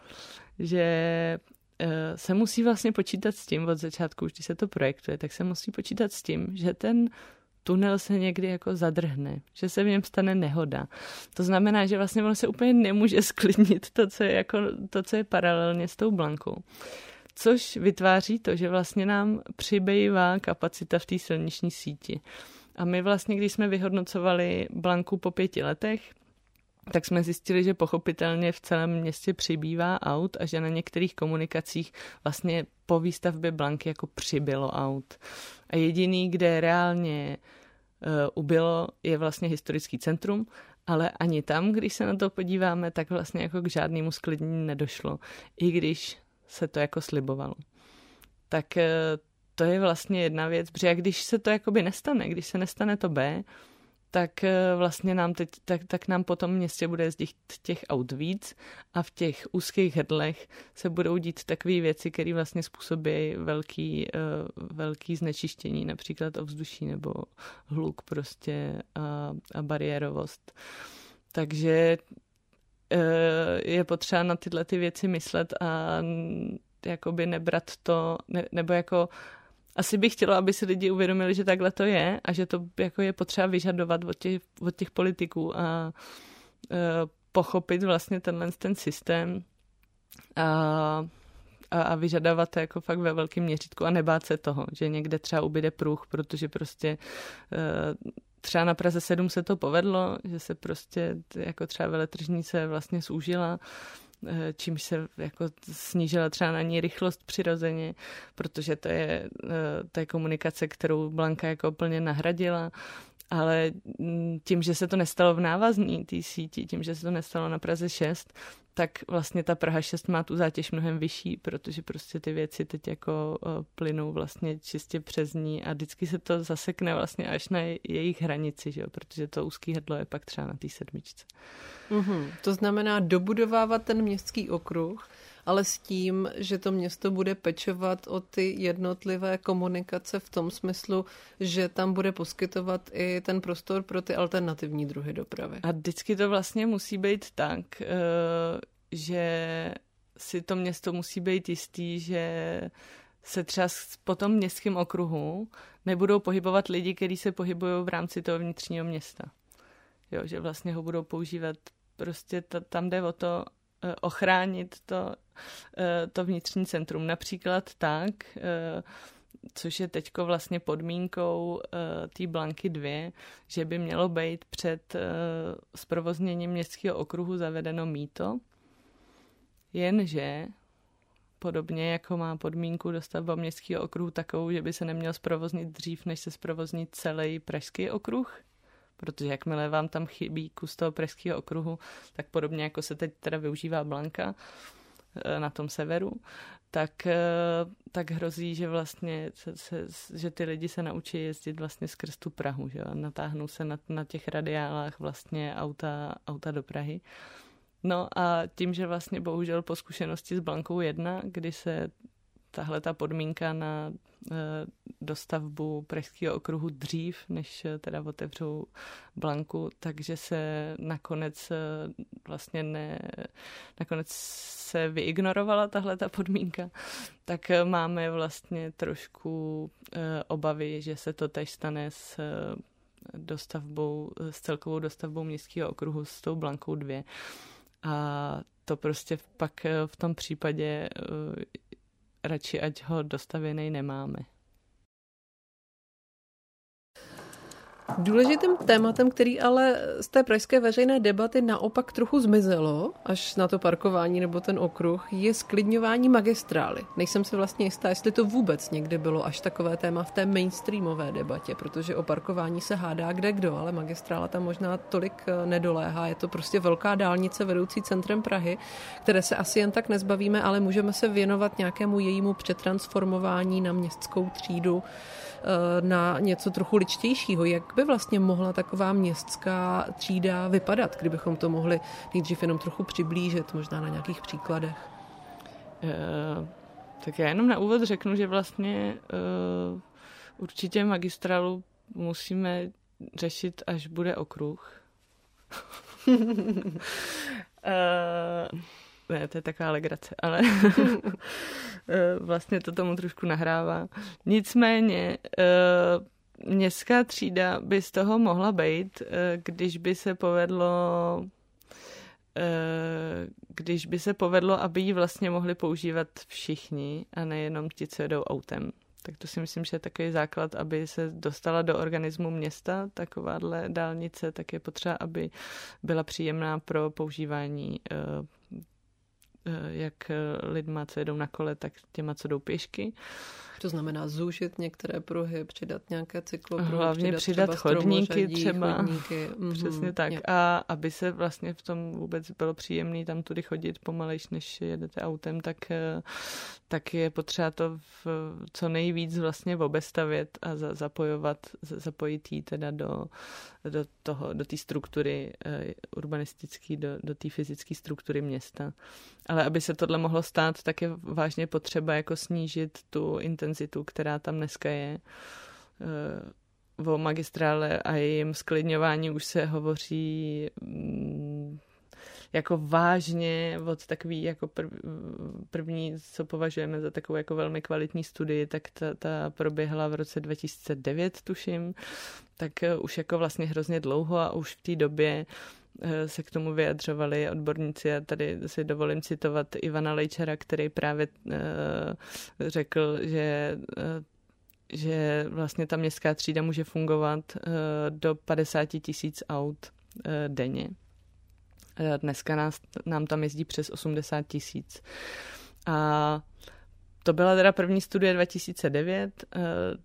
že se musí vlastně počítat s tím od začátku, už když se to projektuje, tak se musí počítat s tím, že ten tunel se někdy jako zadrhne, že se v něm stane nehoda. To znamená, že vlastně ono se úplně nemůže sklidnit to, co je, jako, to, co je paralelně s tou Blankou. Což vytváří to, že vlastně nám přibývá kapacita v té silniční síti. A my vlastně, když jsme vyhodnocovali Blanku po pěti letech, tak jsme zjistili, že pochopitelně v celém městě přibývá aut a že na některých komunikacích vlastně po výstavbě Blanky jako přibylo aut. A jediný, kde reálně uh, ubylo, je vlastně historický centrum, ale ani tam, když se na to podíváme, tak vlastně jako k žádnému sklidnění nedošlo, i když se to jako slibovalo. Tak uh, to je vlastně jedna věc, protože když se to jakoby nestane, když se nestane to B, tak vlastně nám teď, tak, tak nám po tom městě bude jezdit těch aut víc a v těch úzkých hrdlech se budou dít takové věci, které vlastně způsobí velký, uh, velký znečištění, například ovzduší nebo hluk prostě a, a bariérovost. Takže uh, je potřeba na tyhle ty věci myslet a jakoby nebrat to, ne, nebo jako asi bych chtěla, aby si lidi uvědomili, že takhle to je a že to jako je potřeba vyžadovat od těch, od těch politiků a e, pochopit vlastně tenhle ten systém a, a, a vyžadovat to jako fakt ve velkém měřítku a nebát se toho, že někde třeba ubyde pruh, protože prostě e, třeba na Praze sedm se to povedlo, že se prostě jako třeba veletržní se vlastně zúžila, čímž se jako snížila třeba na ní rychlost přirozeně, protože to je, to je komunikace, kterou Blanka jako plně nahradila, ale tím, že se to nestalo v návazní té síti, tím, že se to nestalo na Praze šest, tak vlastně ta Praha šest má tu zátěž mnohem vyšší, protože prostě ty věci teď jako plynou vlastně čistě přes ní a vždycky se to zasekne vlastně až na jejich hranici, že jo? Protože to úzký hrdlo je pak třeba na té sedmičce. Mm-hmm. To znamená dobudovávat ten městský okruh, ale s tím, že to město bude pečovat o ty jednotlivé komunikace v tom smyslu, že tam bude poskytovat i ten prostor pro ty alternativní druhy dopravy. A vždycky to vlastně musí být tak, že si to město musí být jistý, že se třeba po tom městském okruhu nebudou pohybovat lidi, kteří se pohybují v rámci toho vnitřního města. Jo, že vlastně ho budou používat prostě t- tam jde o to uh, ochránit to, uh, to vnitřní centrum. Například tak, uh, což je teďko vlastně podmínkou uh, té Blanky dvě, že by mělo být před uh, zprovozněním městského okruhu zavedeno mýto, jenže podobně jako má podmínku dostavba městského okruhu takovou, že by se neměl zprovoznit dřív, než se zprovozní celý pražský okruh, protože jakmile vám tam chybí kus toho pražského okruhu, tak podobně jako se teď teda využívá Blanka na tom severu, tak, tak hrozí, že vlastně se, se, že ty lidi se naučí jezdit vlastně skrz tu Prahu, že? A natáhnou se na, na těch radiálách vlastně auta, auta do Prahy. No a tím, že vlastně bohužel po zkušenosti s Blankou jedna, kdy se tahle ta podmínka na e, dostavbu pražského okruhu dřív, než teda otevřou Blanku, takže se nakonec e, vlastně ne, nakonec se vyignorovala tahle ta podmínka, tak máme vlastně trošku e, obavy, že se to tež stane s e, dostavbou, s celkovou dostavbou městského okruhu s tou Blankou dvě. A to prostě pak v tom případě radši, ať ho dostavěnej nemáme. Důležitým tématem, který ale z té pražské veřejné debaty naopak trochu zmizelo, až na to parkování nebo ten okruh, je zklidňování magistrály. Nejsem si vlastně jistá, jestli to vůbec někdy bylo až takové téma v té mainstreamové debatě, protože o parkování se hádá kde kdo, ale magistrála tam možná tolik nedoléhá. Je to prostě velká dálnice vedoucí centrem Prahy, které se asi jen tak nezbavíme, ale můžeme se věnovat nějakému jejímu přetransformování na městskou třídu, na něco trochu ličtějšího. Jak by vlastně mohla taková městská třída vypadat, kdybychom to mohli nejdřív jenom trochu přiblížit, možná na nějakých příkladech? Uh, tak já jenom na úvod řeknu, že vlastně uh, určitě magistrálu musíme řešit, až bude okruh. uh, Ne, to je taková legrace, ale vlastně to tomu trošku nahrává. Nicméně městská třída by z toho mohla být, když by se povedlo když by se povedlo, aby ji vlastně mohli používat všichni a nejenom ti, co jedou autem. Tak to si myslím, že je takový základ, aby se dostala do organismu města takováhle dálnice, tak je potřeba, aby byla příjemná pro používání jak lidma, co jedou na kole, tak těma, co jdou pěšky. To znamená zúžit některé pruhy, přidat nějaké cyklopruhy, hlavně přidat, přidat chodníky třeba. Chodníky. Mm-hmm. Přesně tak. Je. A aby se vlastně v tom vůbec bylo příjemný tam tudy chodit pomalejš, než jedete autem, tak, tak je potřeba to v, co nejvíc vlastně obestavět a za, zapojovat, zapojit jí teda do, do toho, do té struktury uh, urbanistické, do, do té fyzické struktury města. Ale aby se tohle mohlo stát, tak je vážně potřeba jako snížit tu intenzitu, která tam dneska je. O magistrále a jejím sklidňování už se hovoří jako vážně od takový jako prv, první, co považujeme za takovou jako velmi kvalitní studii, tak ta, ta proběhla v roce dva tisíce devět, tuším, tak už jako vlastně hrozně dlouho a už v té době se k tomu vyjadřovali odborníci a tady si dovolím citovat Ivana Lejčera, který právě uh, řekl, že, uh, že vlastně ta městská třída může fungovat uh, do padesát tisíc aut uh, denně. Uh, dneska nás, nám tam jezdí přes osmdesát tisíc. A to byla teda první studie dva tisíce devět. Uh,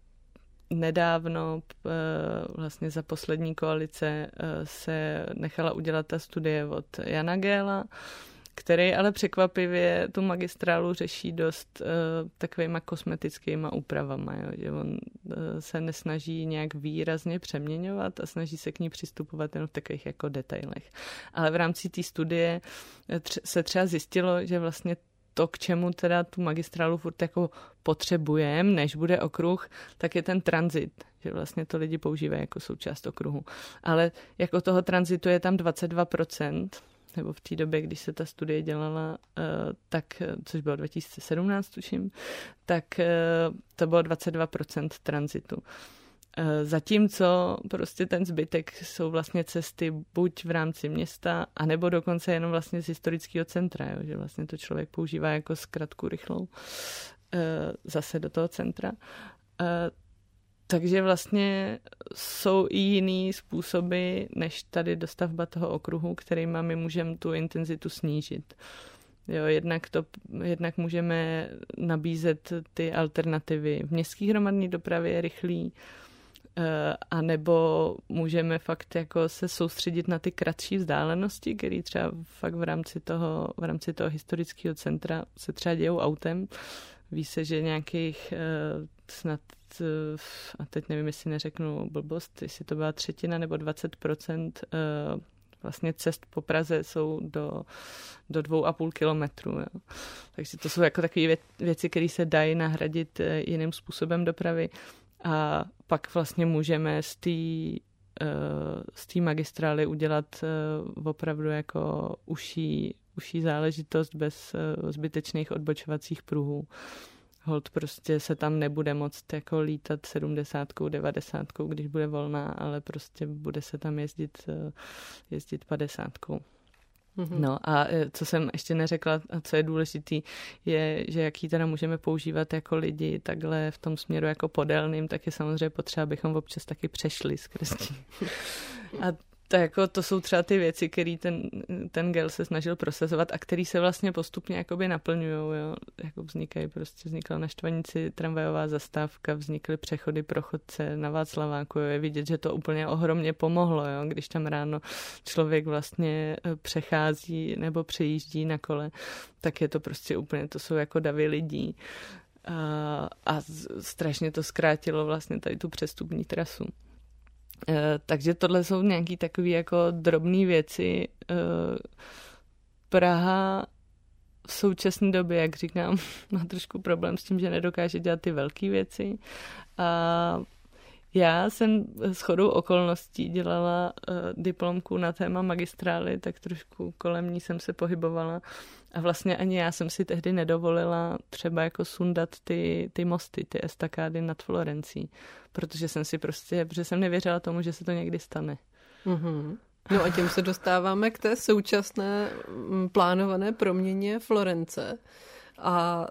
Nedávno vlastně za poslední koalice se nechala udělat ta studie od Jana Géla, který ale překvapivě tu magistrálu řeší dost takovýma kosmetickýma úpravama. Jo? Že on se nesnaží nějak výrazně přeměňovat a snaží se k ní přistupovat jenom v takových jako detailech. Ale v rámci té studie se třeba zjistilo, že vlastně to, k čemu teda tu magistrálu furt jako potřebujeme, než bude okruh, tak je ten tranzit, že vlastně to lidi používají jako součást okruhu. Ale jako toho tranzitu je tam dvacet dva procent, nebo v té době, když se ta studie dělala, tak, což bylo dva tisíce sedmnáct, tuším, tak to bylo dvacet dva procent tranzitu. Zatímco prostě ten zbytek jsou vlastně cesty buď v rámci města, anebo dokonce jenom vlastně z historického centra, jo, že vlastně to člověk používá jako zkratku rychlou zase do toho centra. Takže vlastně jsou i jiný způsoby, než tady dostavba toho okruhu, kterýma my můžeme tu intenzitu snížit. Jo, jednak, to, jednak můžeme nabízet ty alternativy v městské hromadné dopravě rychlý, a nebo můžeme fakt jako se soustředit na ty kratší vzdálenosti, které třeba fakt v rámci toho, v rámci toho historického centra se třeba dějou autem. Ví se, že nějakých snad, a teď nevím, jestli neřeknu blbost, jestli to byla třetina nebo dvacet procent vlastně cest po Praze jsou do, do dvou a půl kilometru. Jo. Takže to jsou jako takové věci, které se dají nahradit jiným způsobem dopravy. A pak vlastně můžeme z té z té magistrály udělat opravdu jako uší, uší záležitost bez zbytečných odbočovacích pruhů. Holt prostě se tam nebude moct jako lítat sedmdesátkou, devadesátkou, když bude volná, ale prostě bude se tam jezdit, jezdit padesátkou. Mm-hmm. No a co jsem ještě neřekla a co je důležitý, je, že jaký teda můžeme používat jako lidi takhle v tom směru jako podélným, tak je samozřejmě potřeba, abychom občas taky přešli skrz tím. A to, jako, to jsou třeba ty věci, které ten, ten gel se snažil prosazovat a který se vlastně postupně jakoby naplňujou. Jo? Jako vznikají, prostě vznikla na Štvanici tramvajová zastávka, vznikly přechody pro chodce na Václaváku. Jo? Je vidět, že to úplně ohromně pomohlo, jo? Když tam ráno člověk vlastně přechází nebo přejíždí na kole, tak je to prostě úplně, to jsou jako davy lidí. A, a strašně to zkrátilo vlastně tady tu přestupní trasu. Uh, takže tohle jsou nějaké takové jako drobné věci. Uh, Praha v současné době, jak říkám, má trošku problém s tím, že nedokáže dělat ty velké věci. A já jsem shodou okolností dělala uh, diplomku na téma magistrály, tak trošku kolem ní jsem se pohybovala. A vlastně ani já jsem si tehdy nedovolila třeba jako sundat ty, ty mosty, ty estakády nad Florencí, protože jsem si prostě, protože jsem nevěřila tomu, že se to někdy stane. Mm-hmm. No a tím se dostáváme k té současné plánované proměně Florence. A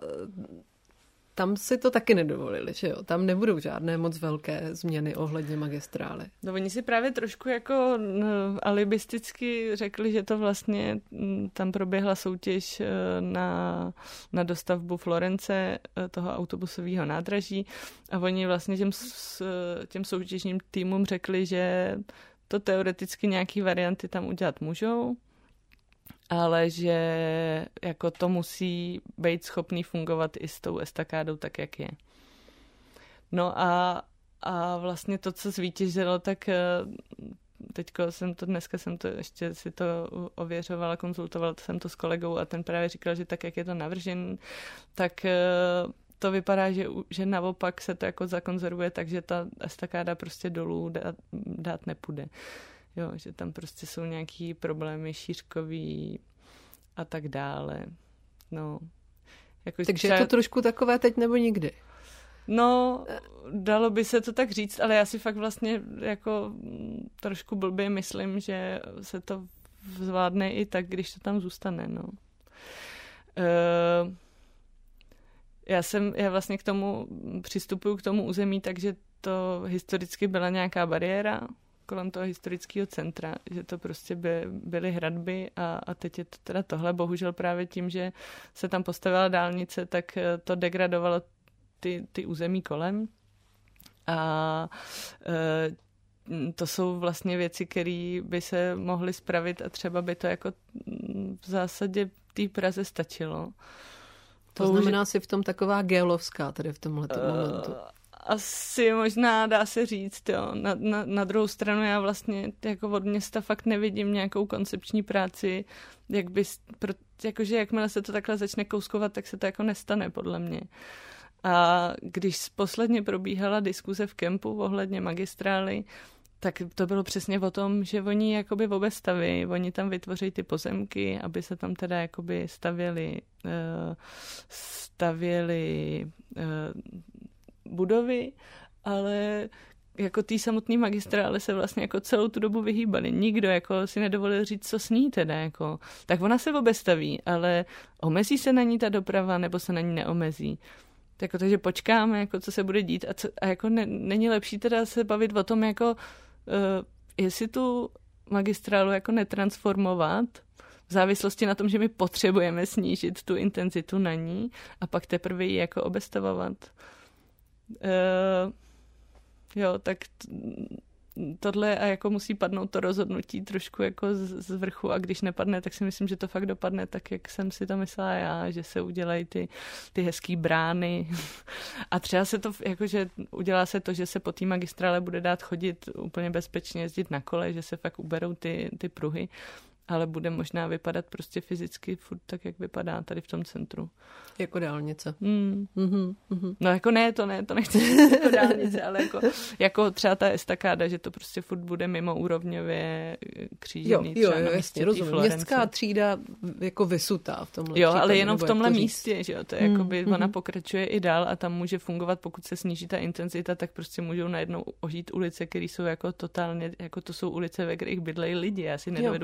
tam si to taky nedovolili, že jo? Tam nebudou žádné moc velké změny ohledně magistrály. No oni si právě trošku jako no, alibisticky řekli, že to vlastně tam proběhla soutěž na, na dostavbu Florence, toho autobusového nádraží a oni vlastně těm, těm soutěžním týmům řekli, že to teoreticky nějaký varianty tam udělat můžou, ale že jako to musí být schopný fungovat i s tou estakádou tak, jak je. No a, a vlastně to, co zvítězilo, tak teďko jsem to, dneska jsem to ještě si to ověřovala, konzultovala jsem to s kolegou a ten právě říkal, že tak, jak je to navržen, tak to vypadá, že, že naopak se to jako zakonzervuje tak, že ta estakáda prostě dolů dát, dát nepůjde. Jo, že tam prostě jsou nějaký problémy šířkový a tak dále. No. Jako Takže třeba... je to trošku takové teď nebo nikdy? No, dalo by se to tak říct, ale já si fakt vlastně jako trošku blbě myslím, že se to zvládne i tak, když to tam zůstane, no. Uh, já jsem, já vlastně k tomu přistupuju k tomu území, takže to historicky byla nějaká bariéra kolem toho historického centra, že to prostě by, byly hradby a, a teď je to teda tohle. Bohužel právě tím, že se tam postavila dálnice, tak to degradovalo ty, ty území kolem. A e, to jsou vlastně věci, které by se mohly spravit a třeba by to jako v zásadě té Praze stačilo. To znamená si v tom taková geolovská tady v tomhletom uh, momentu. Asi možná dá se říct, jo. Na, na, na druhou stranu já vlastně jako od města fakt nevidím nějakou koncepční práci, jak by, jakože jakmile se to takhle začne kouskovat, tak se to jako nestane podle mě. A když posledně probíhala diskuze v kempu ohledně magistrály, tak to bylo přesně o tom, že oni jakoby vůbec staví, oni tam vytvoří ty pozemky, aby se tam teda jakoby stavěly stavěly budovy, ale jako tý samotný magistrály se vlastně jako celou tu dobu vyhýbali. Nikdo jako si nedovolil říct, co s ní teda. Jako. Tak ona se obestaví, ale omezí se na ní ta doprava, nebo se na ní neomezí. Jako, takže počkáme, jako, co se bude dít. A, co, a jako ne, není lepší teda se bavit o tom, jako, uh, jestli tu magistrálu jako netransformovat v závislosti na tom, že my potřebujeme snížit tu intenzitu na ní a pak teprve ji jako obestavovat. Uh, jo, tak t- tohle a jako musí padnout to rozhodnutí trošku jako z, z vrchu a když nepadne, tak si myslím, že to fakt dopadne tak, jak jsem si to myslela já, že se udělají ty, ty hezký brány a třeba se to, jakože udělá se to, že se po té magistrále bude dát chodit úplně bezpečně, jezdit na kole, že se fakt uberou ty, ty pruhy, ale bude možná vypadat prostě fyzicky furt tak, jak vypadá tady v tom centru. Jako dálnice. Mm. Mm-hmm, mm-hmm. No jako ne, to ne, to nechci říct jako dálnice, ale jako, jako třeba ta estakáda, že to prostě furt bude mimo úrovňově křížený. Jo, jo, jo jasně, rozumím. Městská třída jako vysutá v tomhle. Jo, případě, ale jenom v tomhle to místě, že jo, to je mm, jakoby, mm. ona pokračuje i dál a tam může fungovat, pokud se sníží ta intenzita, tak prostě můžou najednou ožít ulice, které jsou jako totálně, jako to jsou ulice, ve kterých bydlejí lidi. Já si nedovedu představit,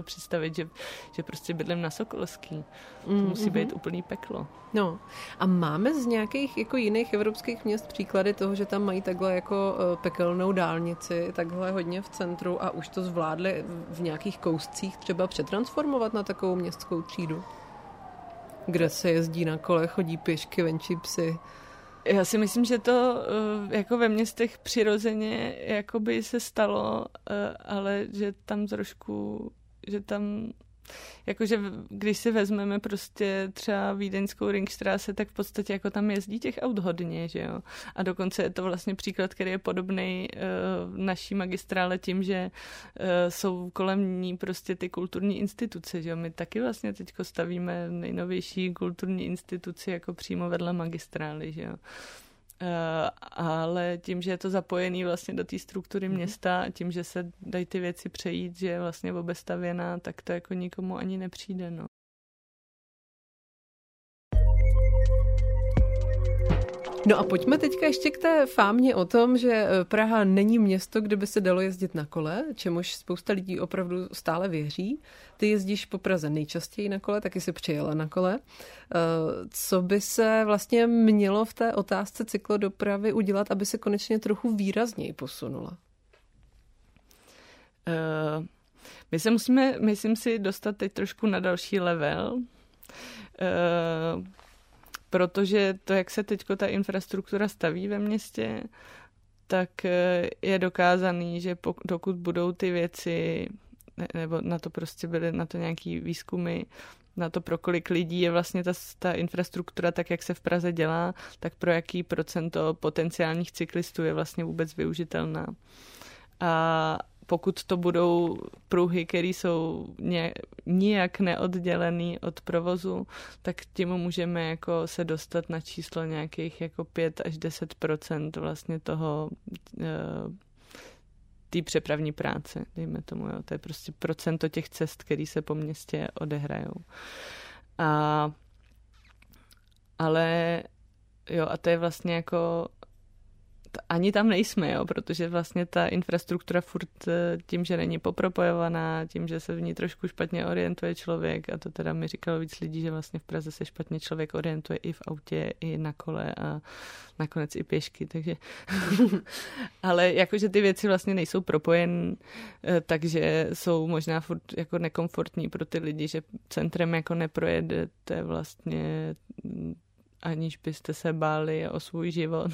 představit, že, že prostě bydlím na Sokolský. To mm, musí mm-hmm. být úplný peklo. No a máme z nějakých jako jiných evropských měst příklady toho, že tam mají takhle jako pekelnou dálnici, takhle hodně v centru a už to zvládli v nějakých kouscích třeba přetransformovat na takovou městskou třídu, kde se jezdí na kole, chodí pěšky, venčí psy. Já si myslím, že to jako ve městech přirozeně jakoby se stalo, ale že tam trošku, že tam, jakože když si vezmeme prostě třeba vídeňskou Ringstraße, tak v podstatě jako tam jezdí těch aut hodně, že jo. A dokonce je to vlastně příklad, který je podobnej uh, naší magistrále tím, že uh, jsou kolem ní prostě ty kulturní instituce, že jo. My taky vlastně teďko stavíme nejnovější kulturní instituci jako přímo vedle magistrály, že jo. Uh, ale tím, že je to zapojený vlastně do té struktury mm-hmm. města a tím, že se dají ty věci přejít, že je vlastně obestavěná, tak to jako nikomu ani nepřijde, no. No a pojďme teďka ještě k té fámě o tom, že Praha není město, kde by se dalo jezdit na kole, čemuž spousta lidí opravdu stále věří. Ty jezdíš po Praze nejčastěji na kole, taky si přijela na kole. Co by se vlastně mělo v té otázce cyklodopravy udělat, aby se konečně trochu výrazněji posunula? Uh, my se musíme, myslím si, dostat teď trošku na další level. Uh, Protože to, jak se teďko ta infrastruktura staví ve městě, tak je dokázaný, že pokud, dokud budou ty věci, nebo na to prostě byly na to nějaký výzkumy, na to, pro kolik lidí je vlastně ta, ta infrastruktura tak, jak se v Praze dělá, tak pro jaký procento potenciálních cyklistů je vlastně vůbec využitelná. A pokud to budou pruhy, které jsou nijak neoddělený od provozu, tak tím můžeme jako se dostat na číslo nějakých jako pět až deset procent vlastně toho té přepravní práce, dejme tomu. Jo. To je prostě procento těch cest, které se po městě odehrajou. A, ale jo, a to je vlastně jako ani tam nejsme, jo, protože vlastně ta infrastruktura furt tím, že není popropojovaná, tím, že se v ní trošku špatně orientuje člověk, a to teda mi říkalo víc lidí, že vlastně v Praze se špatně člověk orientuje i v autě, i na kole a nakonec i pěšky, takže ale jakože ty věci vlastně nejsou propojené, takže jsou možná furt jako nekomfortní pro ty lidi, že centrem jako neprojedete vlastně, aniž byste se báli o svůj život.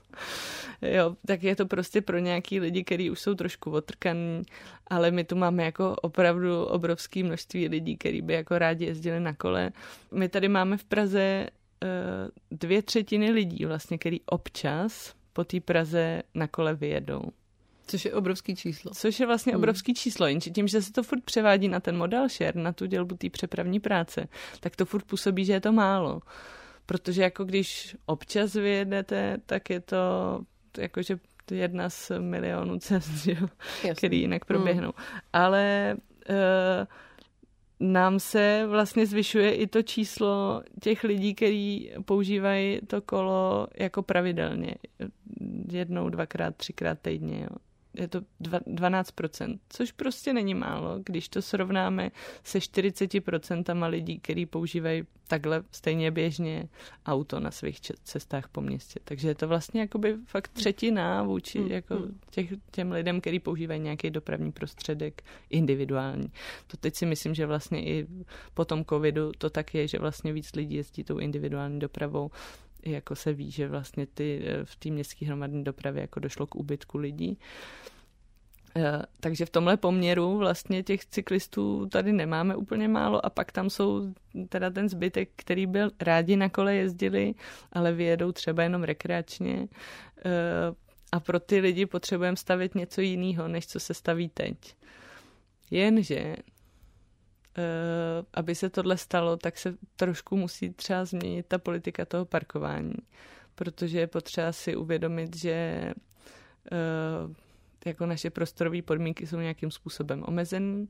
Jo, tak je to prostě pro nějaký lidi, kteří už jsou trošku otrkaný, ale my tu máme jako opravdu obrovské množství lidí, kteří by jako rádi jezdili na kole. My tady máme v Praze uh, dvě třetiny lidí vlastně, kteří občas po té Praze na kole vyjedou. Což je obrovský číslo. Což je vlastně hmm. obrovský číslo, jenže tím, že se to furt převádí na ten model share, na tu dělbu té přepravní práce, tak to furt působí, že je to málo. Protože jako když občas vyjedete, tak je to jakože jedna z milionů cest, který jinak proběhnou. Mm. Ale e, nám se vlastně zvyšuje i to číslo těch lidí, kteří používají to kolo jako pravidelně. Jednou, dvakrát, třikrát týdně. Jo. Je to dvanáct procent, což prostě není málo, když to srovnáme se čtyřicet procent lidí, kteří používají takhle stejně běžně auto na svých cestách po městě. Takže je to vlastně jakoby fakt třetina vůči jako těch, těm lidem, kteří používají nějaký dopravní prostředek individuální. To teď si myslím, že vlastně i po tom covidu to tak je, že vlastně víc lidí jezdí tou individuální dopravou. Jako se ví, že vlastně ty, v té městské hromadné dopravě jako došlo k úbytku lidí. Takže v tomhle poměru vlastně těch cyklistů tady nemáme úplně málo a pak tam jsou teda ten zbytek, který byl rádi na kole jezdili, ale vyjedou třeba jenom rekreačně. A pro ty lidi potřebujeme stavět něco jiného, než co se staví teď. Jenže Uh, aby se tohle stalo, tak se trošku musí třeba změnit ta politika toho parkování, protože je potřeba si uvědomit, že uh, jako naše prostorové podmínky jsou nějakým způsobem omezené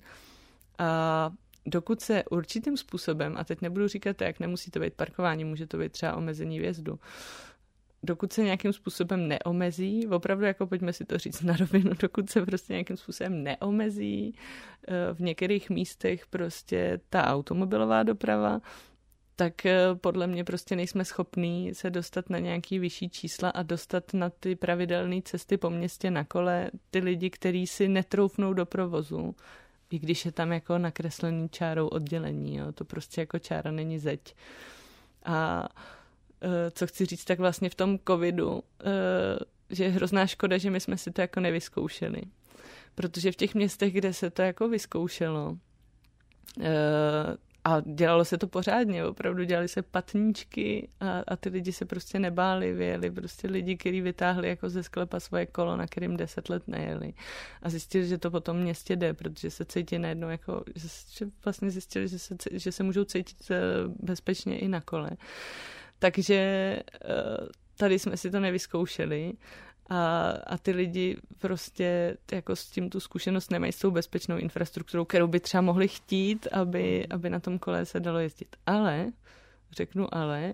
a dokud se určitým způsobem, a teď nebudu říkat jak, nemusí to být parkování, může to být třeba omezení vjezdu, dokud se nějakým způsobem neomezí, opravdu jako pojďme si to říct na rovinu, dokud se prostě nějakým způsobem neomezí v některých místech prostě ta automobilová doprava, tak podle mě prostě nejsme schopní se dostat na nějaký vyšší čísla a dostat na ty pravidelné cesty po městě na kole ty lidi, kteří si netroufnou do provozu, i když je tam jako nakreslený čárou oddělení, jo, to prostě jako čára není zeď. A co chci říct, tak vlastně v tom covidu, že je hrozná škoda, že my jsme si to jako nevyzkoušeli. Protože v těch městech, kde se to jako vyzkoušelo, a dělalo se to pořádně, opravdu dělali se patníčky a, a ty lidi se prostě nebáli, vyjeli prostě lidi, kteří vytáhli jako ze sklepa svoje kolo, na kterým deset let nejeli a zjistili, že to po tom městě jde, protože se cítí najednou jako, že, že vlastně zjistili, že se, že se můžou cítit bezpečně i na kole. Takže tady jsme si to nevyzkoušeli. A, a ty lidi prostě jako s tím tu zkušenost nemají s tou bezpečnou infrastrukturou, kterou by třeba mohli chtít, aby, aby na tom kole se dalo jezdit. Ale, řeknu ale,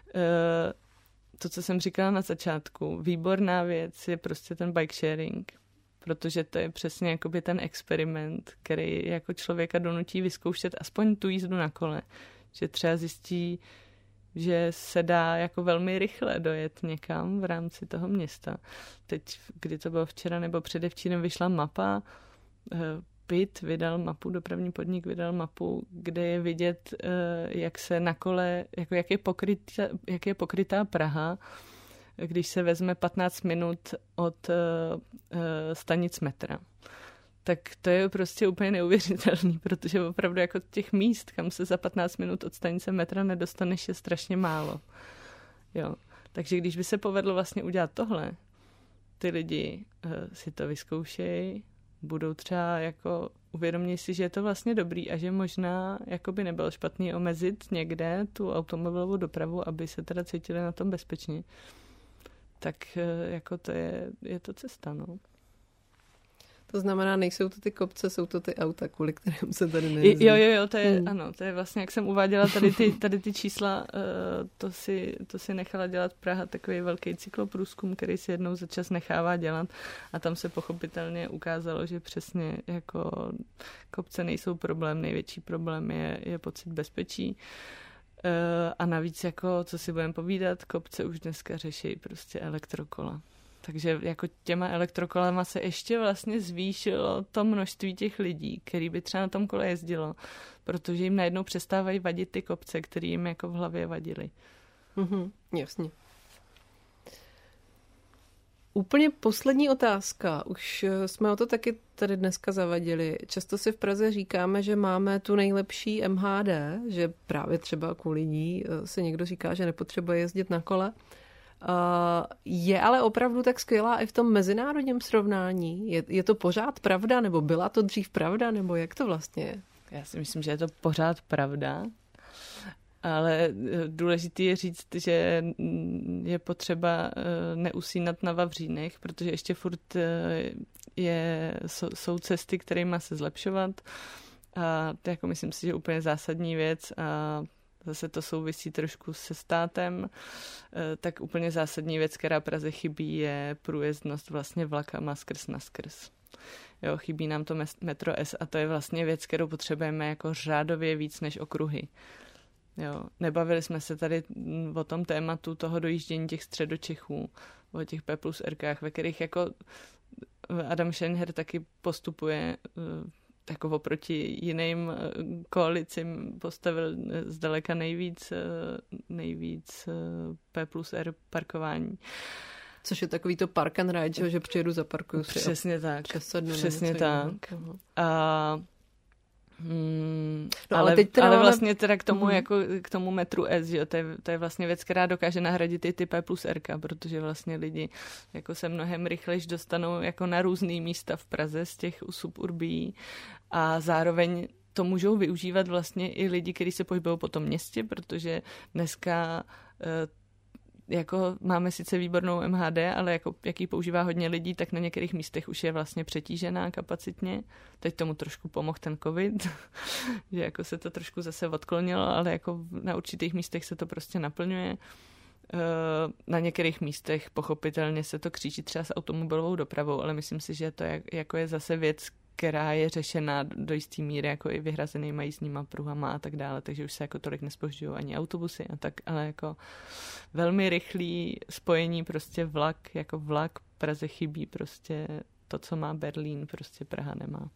to, co jsem říkala na začátku, výborná věc je prostě ten bike sharing, protože to je přesně jakoby ten experiment, který jako člověka donutí vyzkoušet aspoň tu jízdu na kole, že třeba zjistí, že se dá jako velmi rychle dojet někam v rámci toho města. Teď, kdy to bylo včera nebo předevčírem, vyšla mapa, P I T vydal mapu, dopravní podnik vydal mapu, kde je vidět, jak se na kole, jako jak je pokrytá, jak je pokrytá Praha, když se vezme patnáct minut od stanic metra. Tak to je prostě úplně neuvěřitelný, protože opravdu jako těch míst, kam se za patnáct minut od stanice metra nedostaneš, je strašně málo. Jo. Takže když by se povedlo vlastně udělat tohle, ty lidi uh, si to vyzkoušejí, budou třeba jako uvědomí si, že je to vlastně dobrý a že možná jako by nebylo špatný omezit někde tu automobilovou dopravu, aby se teda cítili na tom bezpečně. Tak uh, jako to je, je to cesta, no. To znamená, nejsou to ty kopce, jsou to ty auta, kvůli kterým se tady nejezdí. Jo, jo, jo, to je, hmm. ano, to je vlastně, jak jsem uváděla tady ty, tady ty čísla, uh, to, si, to si nechala dělat Praha, takový velký cykloprůzkum, který si jednou za čas nechává dělat a tam se pochopitelně ukázalo, že přesně jako kopce nejsou problém, největší problém je, je pocit bezpečí. Uh, a navíc, jako, co si budeme povídat, kopce už dneska řeší prostě elektrokola. Takže jako těma elektrokolama se ještě vlastně zvýšilo to množství těch lidí, který by třeba na tom kole jezdilo, protože jim najednou přestávají vadit ty kopce, které jim jako v hlavě vadily. Mhm, jasně. Úplně poslední otázka. Už jsme o to taky tady dneska zavadili. Často si v Praze říkáme, že máme tu nejlepší M H D, že právě třeba kvůli ní se někdo říká, že nepotřebuje jezdit na kole. Uh, je ale opravdu tak skvělá i v tom mezinárodním srovnání? Je, je to pořád pravda, nebo byla to dřív pravda, nebo jak to vlastně je? Já si myslím, že je to pořád pravda, ale důležitý je říct, že je potřeba neusínat na vavřínech, protože ještě furt je, jsou cesty, kterými se zlepšovat a to jako myslím si, že je úplně zásadní věc a zase to souvisí trošku se státem, tak úplně zásadní věc, která Praze chybí, je průjezdnost vlastně vlakama skrz na skrz. Jo, chybí nám to metro S a to je vlastně věc, kterou potřebujeme jako řádově víc než okruhy. Jo, nebavili jsme se tady o tom tématu toho dojíždění těch středočechů, o těch P plus R-kách, ve kterých jako Adam Schenher taky postupuje jako oproti jiným koalicím postavil zdaleka nejvíc, nejvíc P plus R parkování. Což je takový to park and ride, že přijedu, zaparkuju si. Přesně tak. Přesednu, Přesně tak. Jiného. A Hmm, no, ale, ale, teď teda ale máme... vlastně teda k tomu, mm-hmm. jako, k tomu metru S, že? To, je, to je vlastně věc, která dokáže nahradit i ty P plus R, protože vlastně lidi jako se mnohem rychlejš dostanou jako na různý místa v Praze z těch suburbí a zároveň to můžou využívat vlastně i lidi, kteří se pohybují po tom městě, protože dneska jako máme sice výbornou M H D, ale jako jak ji používá hodně lidí, tak na některých místech už je vlastně přetížená kapacitně. Teď tomu trošku pomohl ten covid, že jako se to trošku zase odklonilo, ale jako na určitých místech se to prostě naplňuje. na některých místech pochopitelně se to kříží třeba s automobilovou dopravou, ale myslím si, že to je, jako je zase věc, která je řešena do jistý míry jako i vyhrazenýma jízdníma pruhama a tak dále, takže už se jako tolik nespožďují ani autobusy a tak, ale jako velmi rychlý spojení, prostě vlak, jako vlak Praze chybí, prostě to, co má Berlín, prostě Praha nemá.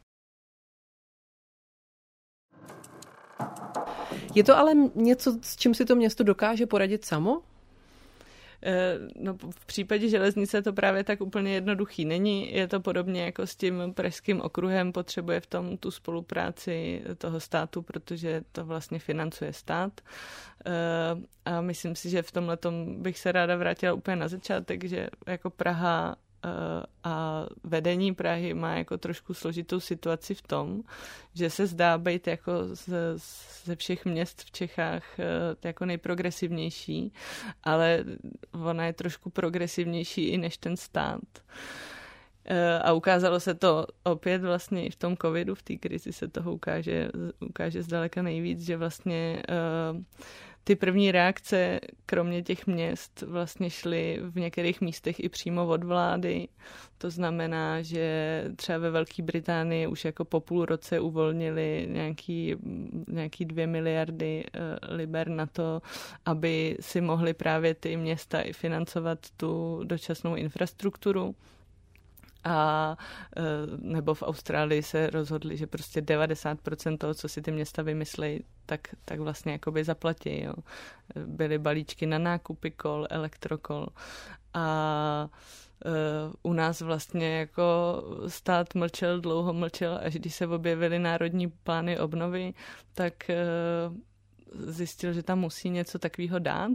Je to ale něco, s čím si to město dokáže poradit samo? No, v případě železnice to právě tak úplně jednoduchý není. Je to podobně jako s tím pražským okruhem, potřebuje v tom tu spolupráci toho státu, protože to vlastně financuje stát. A myslím si, že v tomhletom bych se ráda vrátila úplně na začátek, že jako Praha a vedení Prahy má jako trošku složitou situaci v tom, že se zdá být jako ze, ze všech měst v Čechách jako nejprogresivnější, ale ona je trošku progresivnější i než ten stát. A ukázalo se to opět vlastně i v tom covidu, v té krizi se toho ukáže, ukáže zdaleka nejvíc, že vlastně ty první reakce, kromě těch měst, vlastně šly v některých místech i přímo od vlády. To znamená, že třeba ve Velké Británii už jako po půl roce uvolnili nějaký, nějaký dvě miliardy liber na to, aby si mohly právě ty města i financovat tu dočasnou infrastrukturu. A nebo v Austrálii se rozhodli, že prostě devadesát procent toho, co si ty města vymyslejí, tak, tak vlastně jakoby zaplatí. Jo. Byly balíčky na nákupy kol, elektrokol. A uh, u nás vlastně jako stát mlčel, dlouho mlčel, až když se objevily národní plány obnovy, tak uh, zjistil, že tam musí něco takového dát.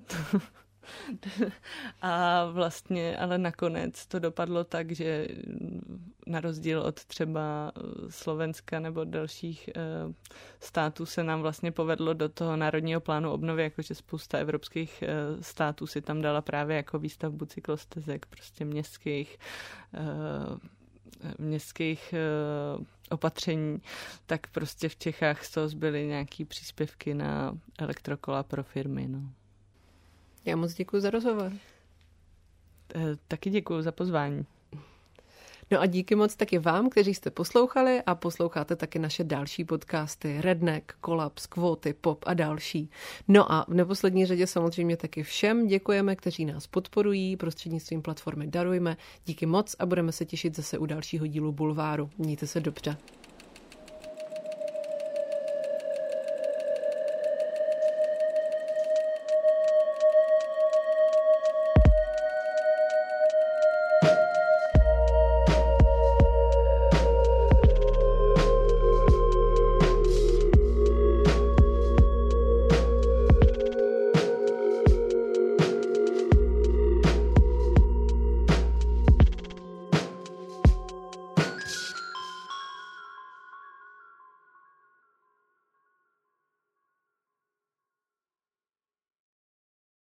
A vlastně, ale nakonec to dopadlo tak, že na rozdíl od třeba Slovenska nebo dalších e, států se nám vlastně povedlo do toho národního plánu obnovy, jakože spousta evropských e, států si tam dala právě jako výstavbu cyklostezek, prostě městských e, městských e, opatření, tak prostě v Čechách z toho zbyly nějaký příspěvky na elektrokola pro firmy, no. Já moc děkuji za rozhovor. Taky děkuji za pozvání. No a díky moc taky vám, kteří jste poslouchali a posloucháte taky naše další podcasty Redneck, Kolaps, Kvóty, Pop a další. No a v neposlední řadě samozřejmě taky všem děkujeme, kteří nás podporují prostřednictvím platformy Darujme. Díky moc a budeme se těšit zase u dalšího dílu Bulváru. Mějte se dobře.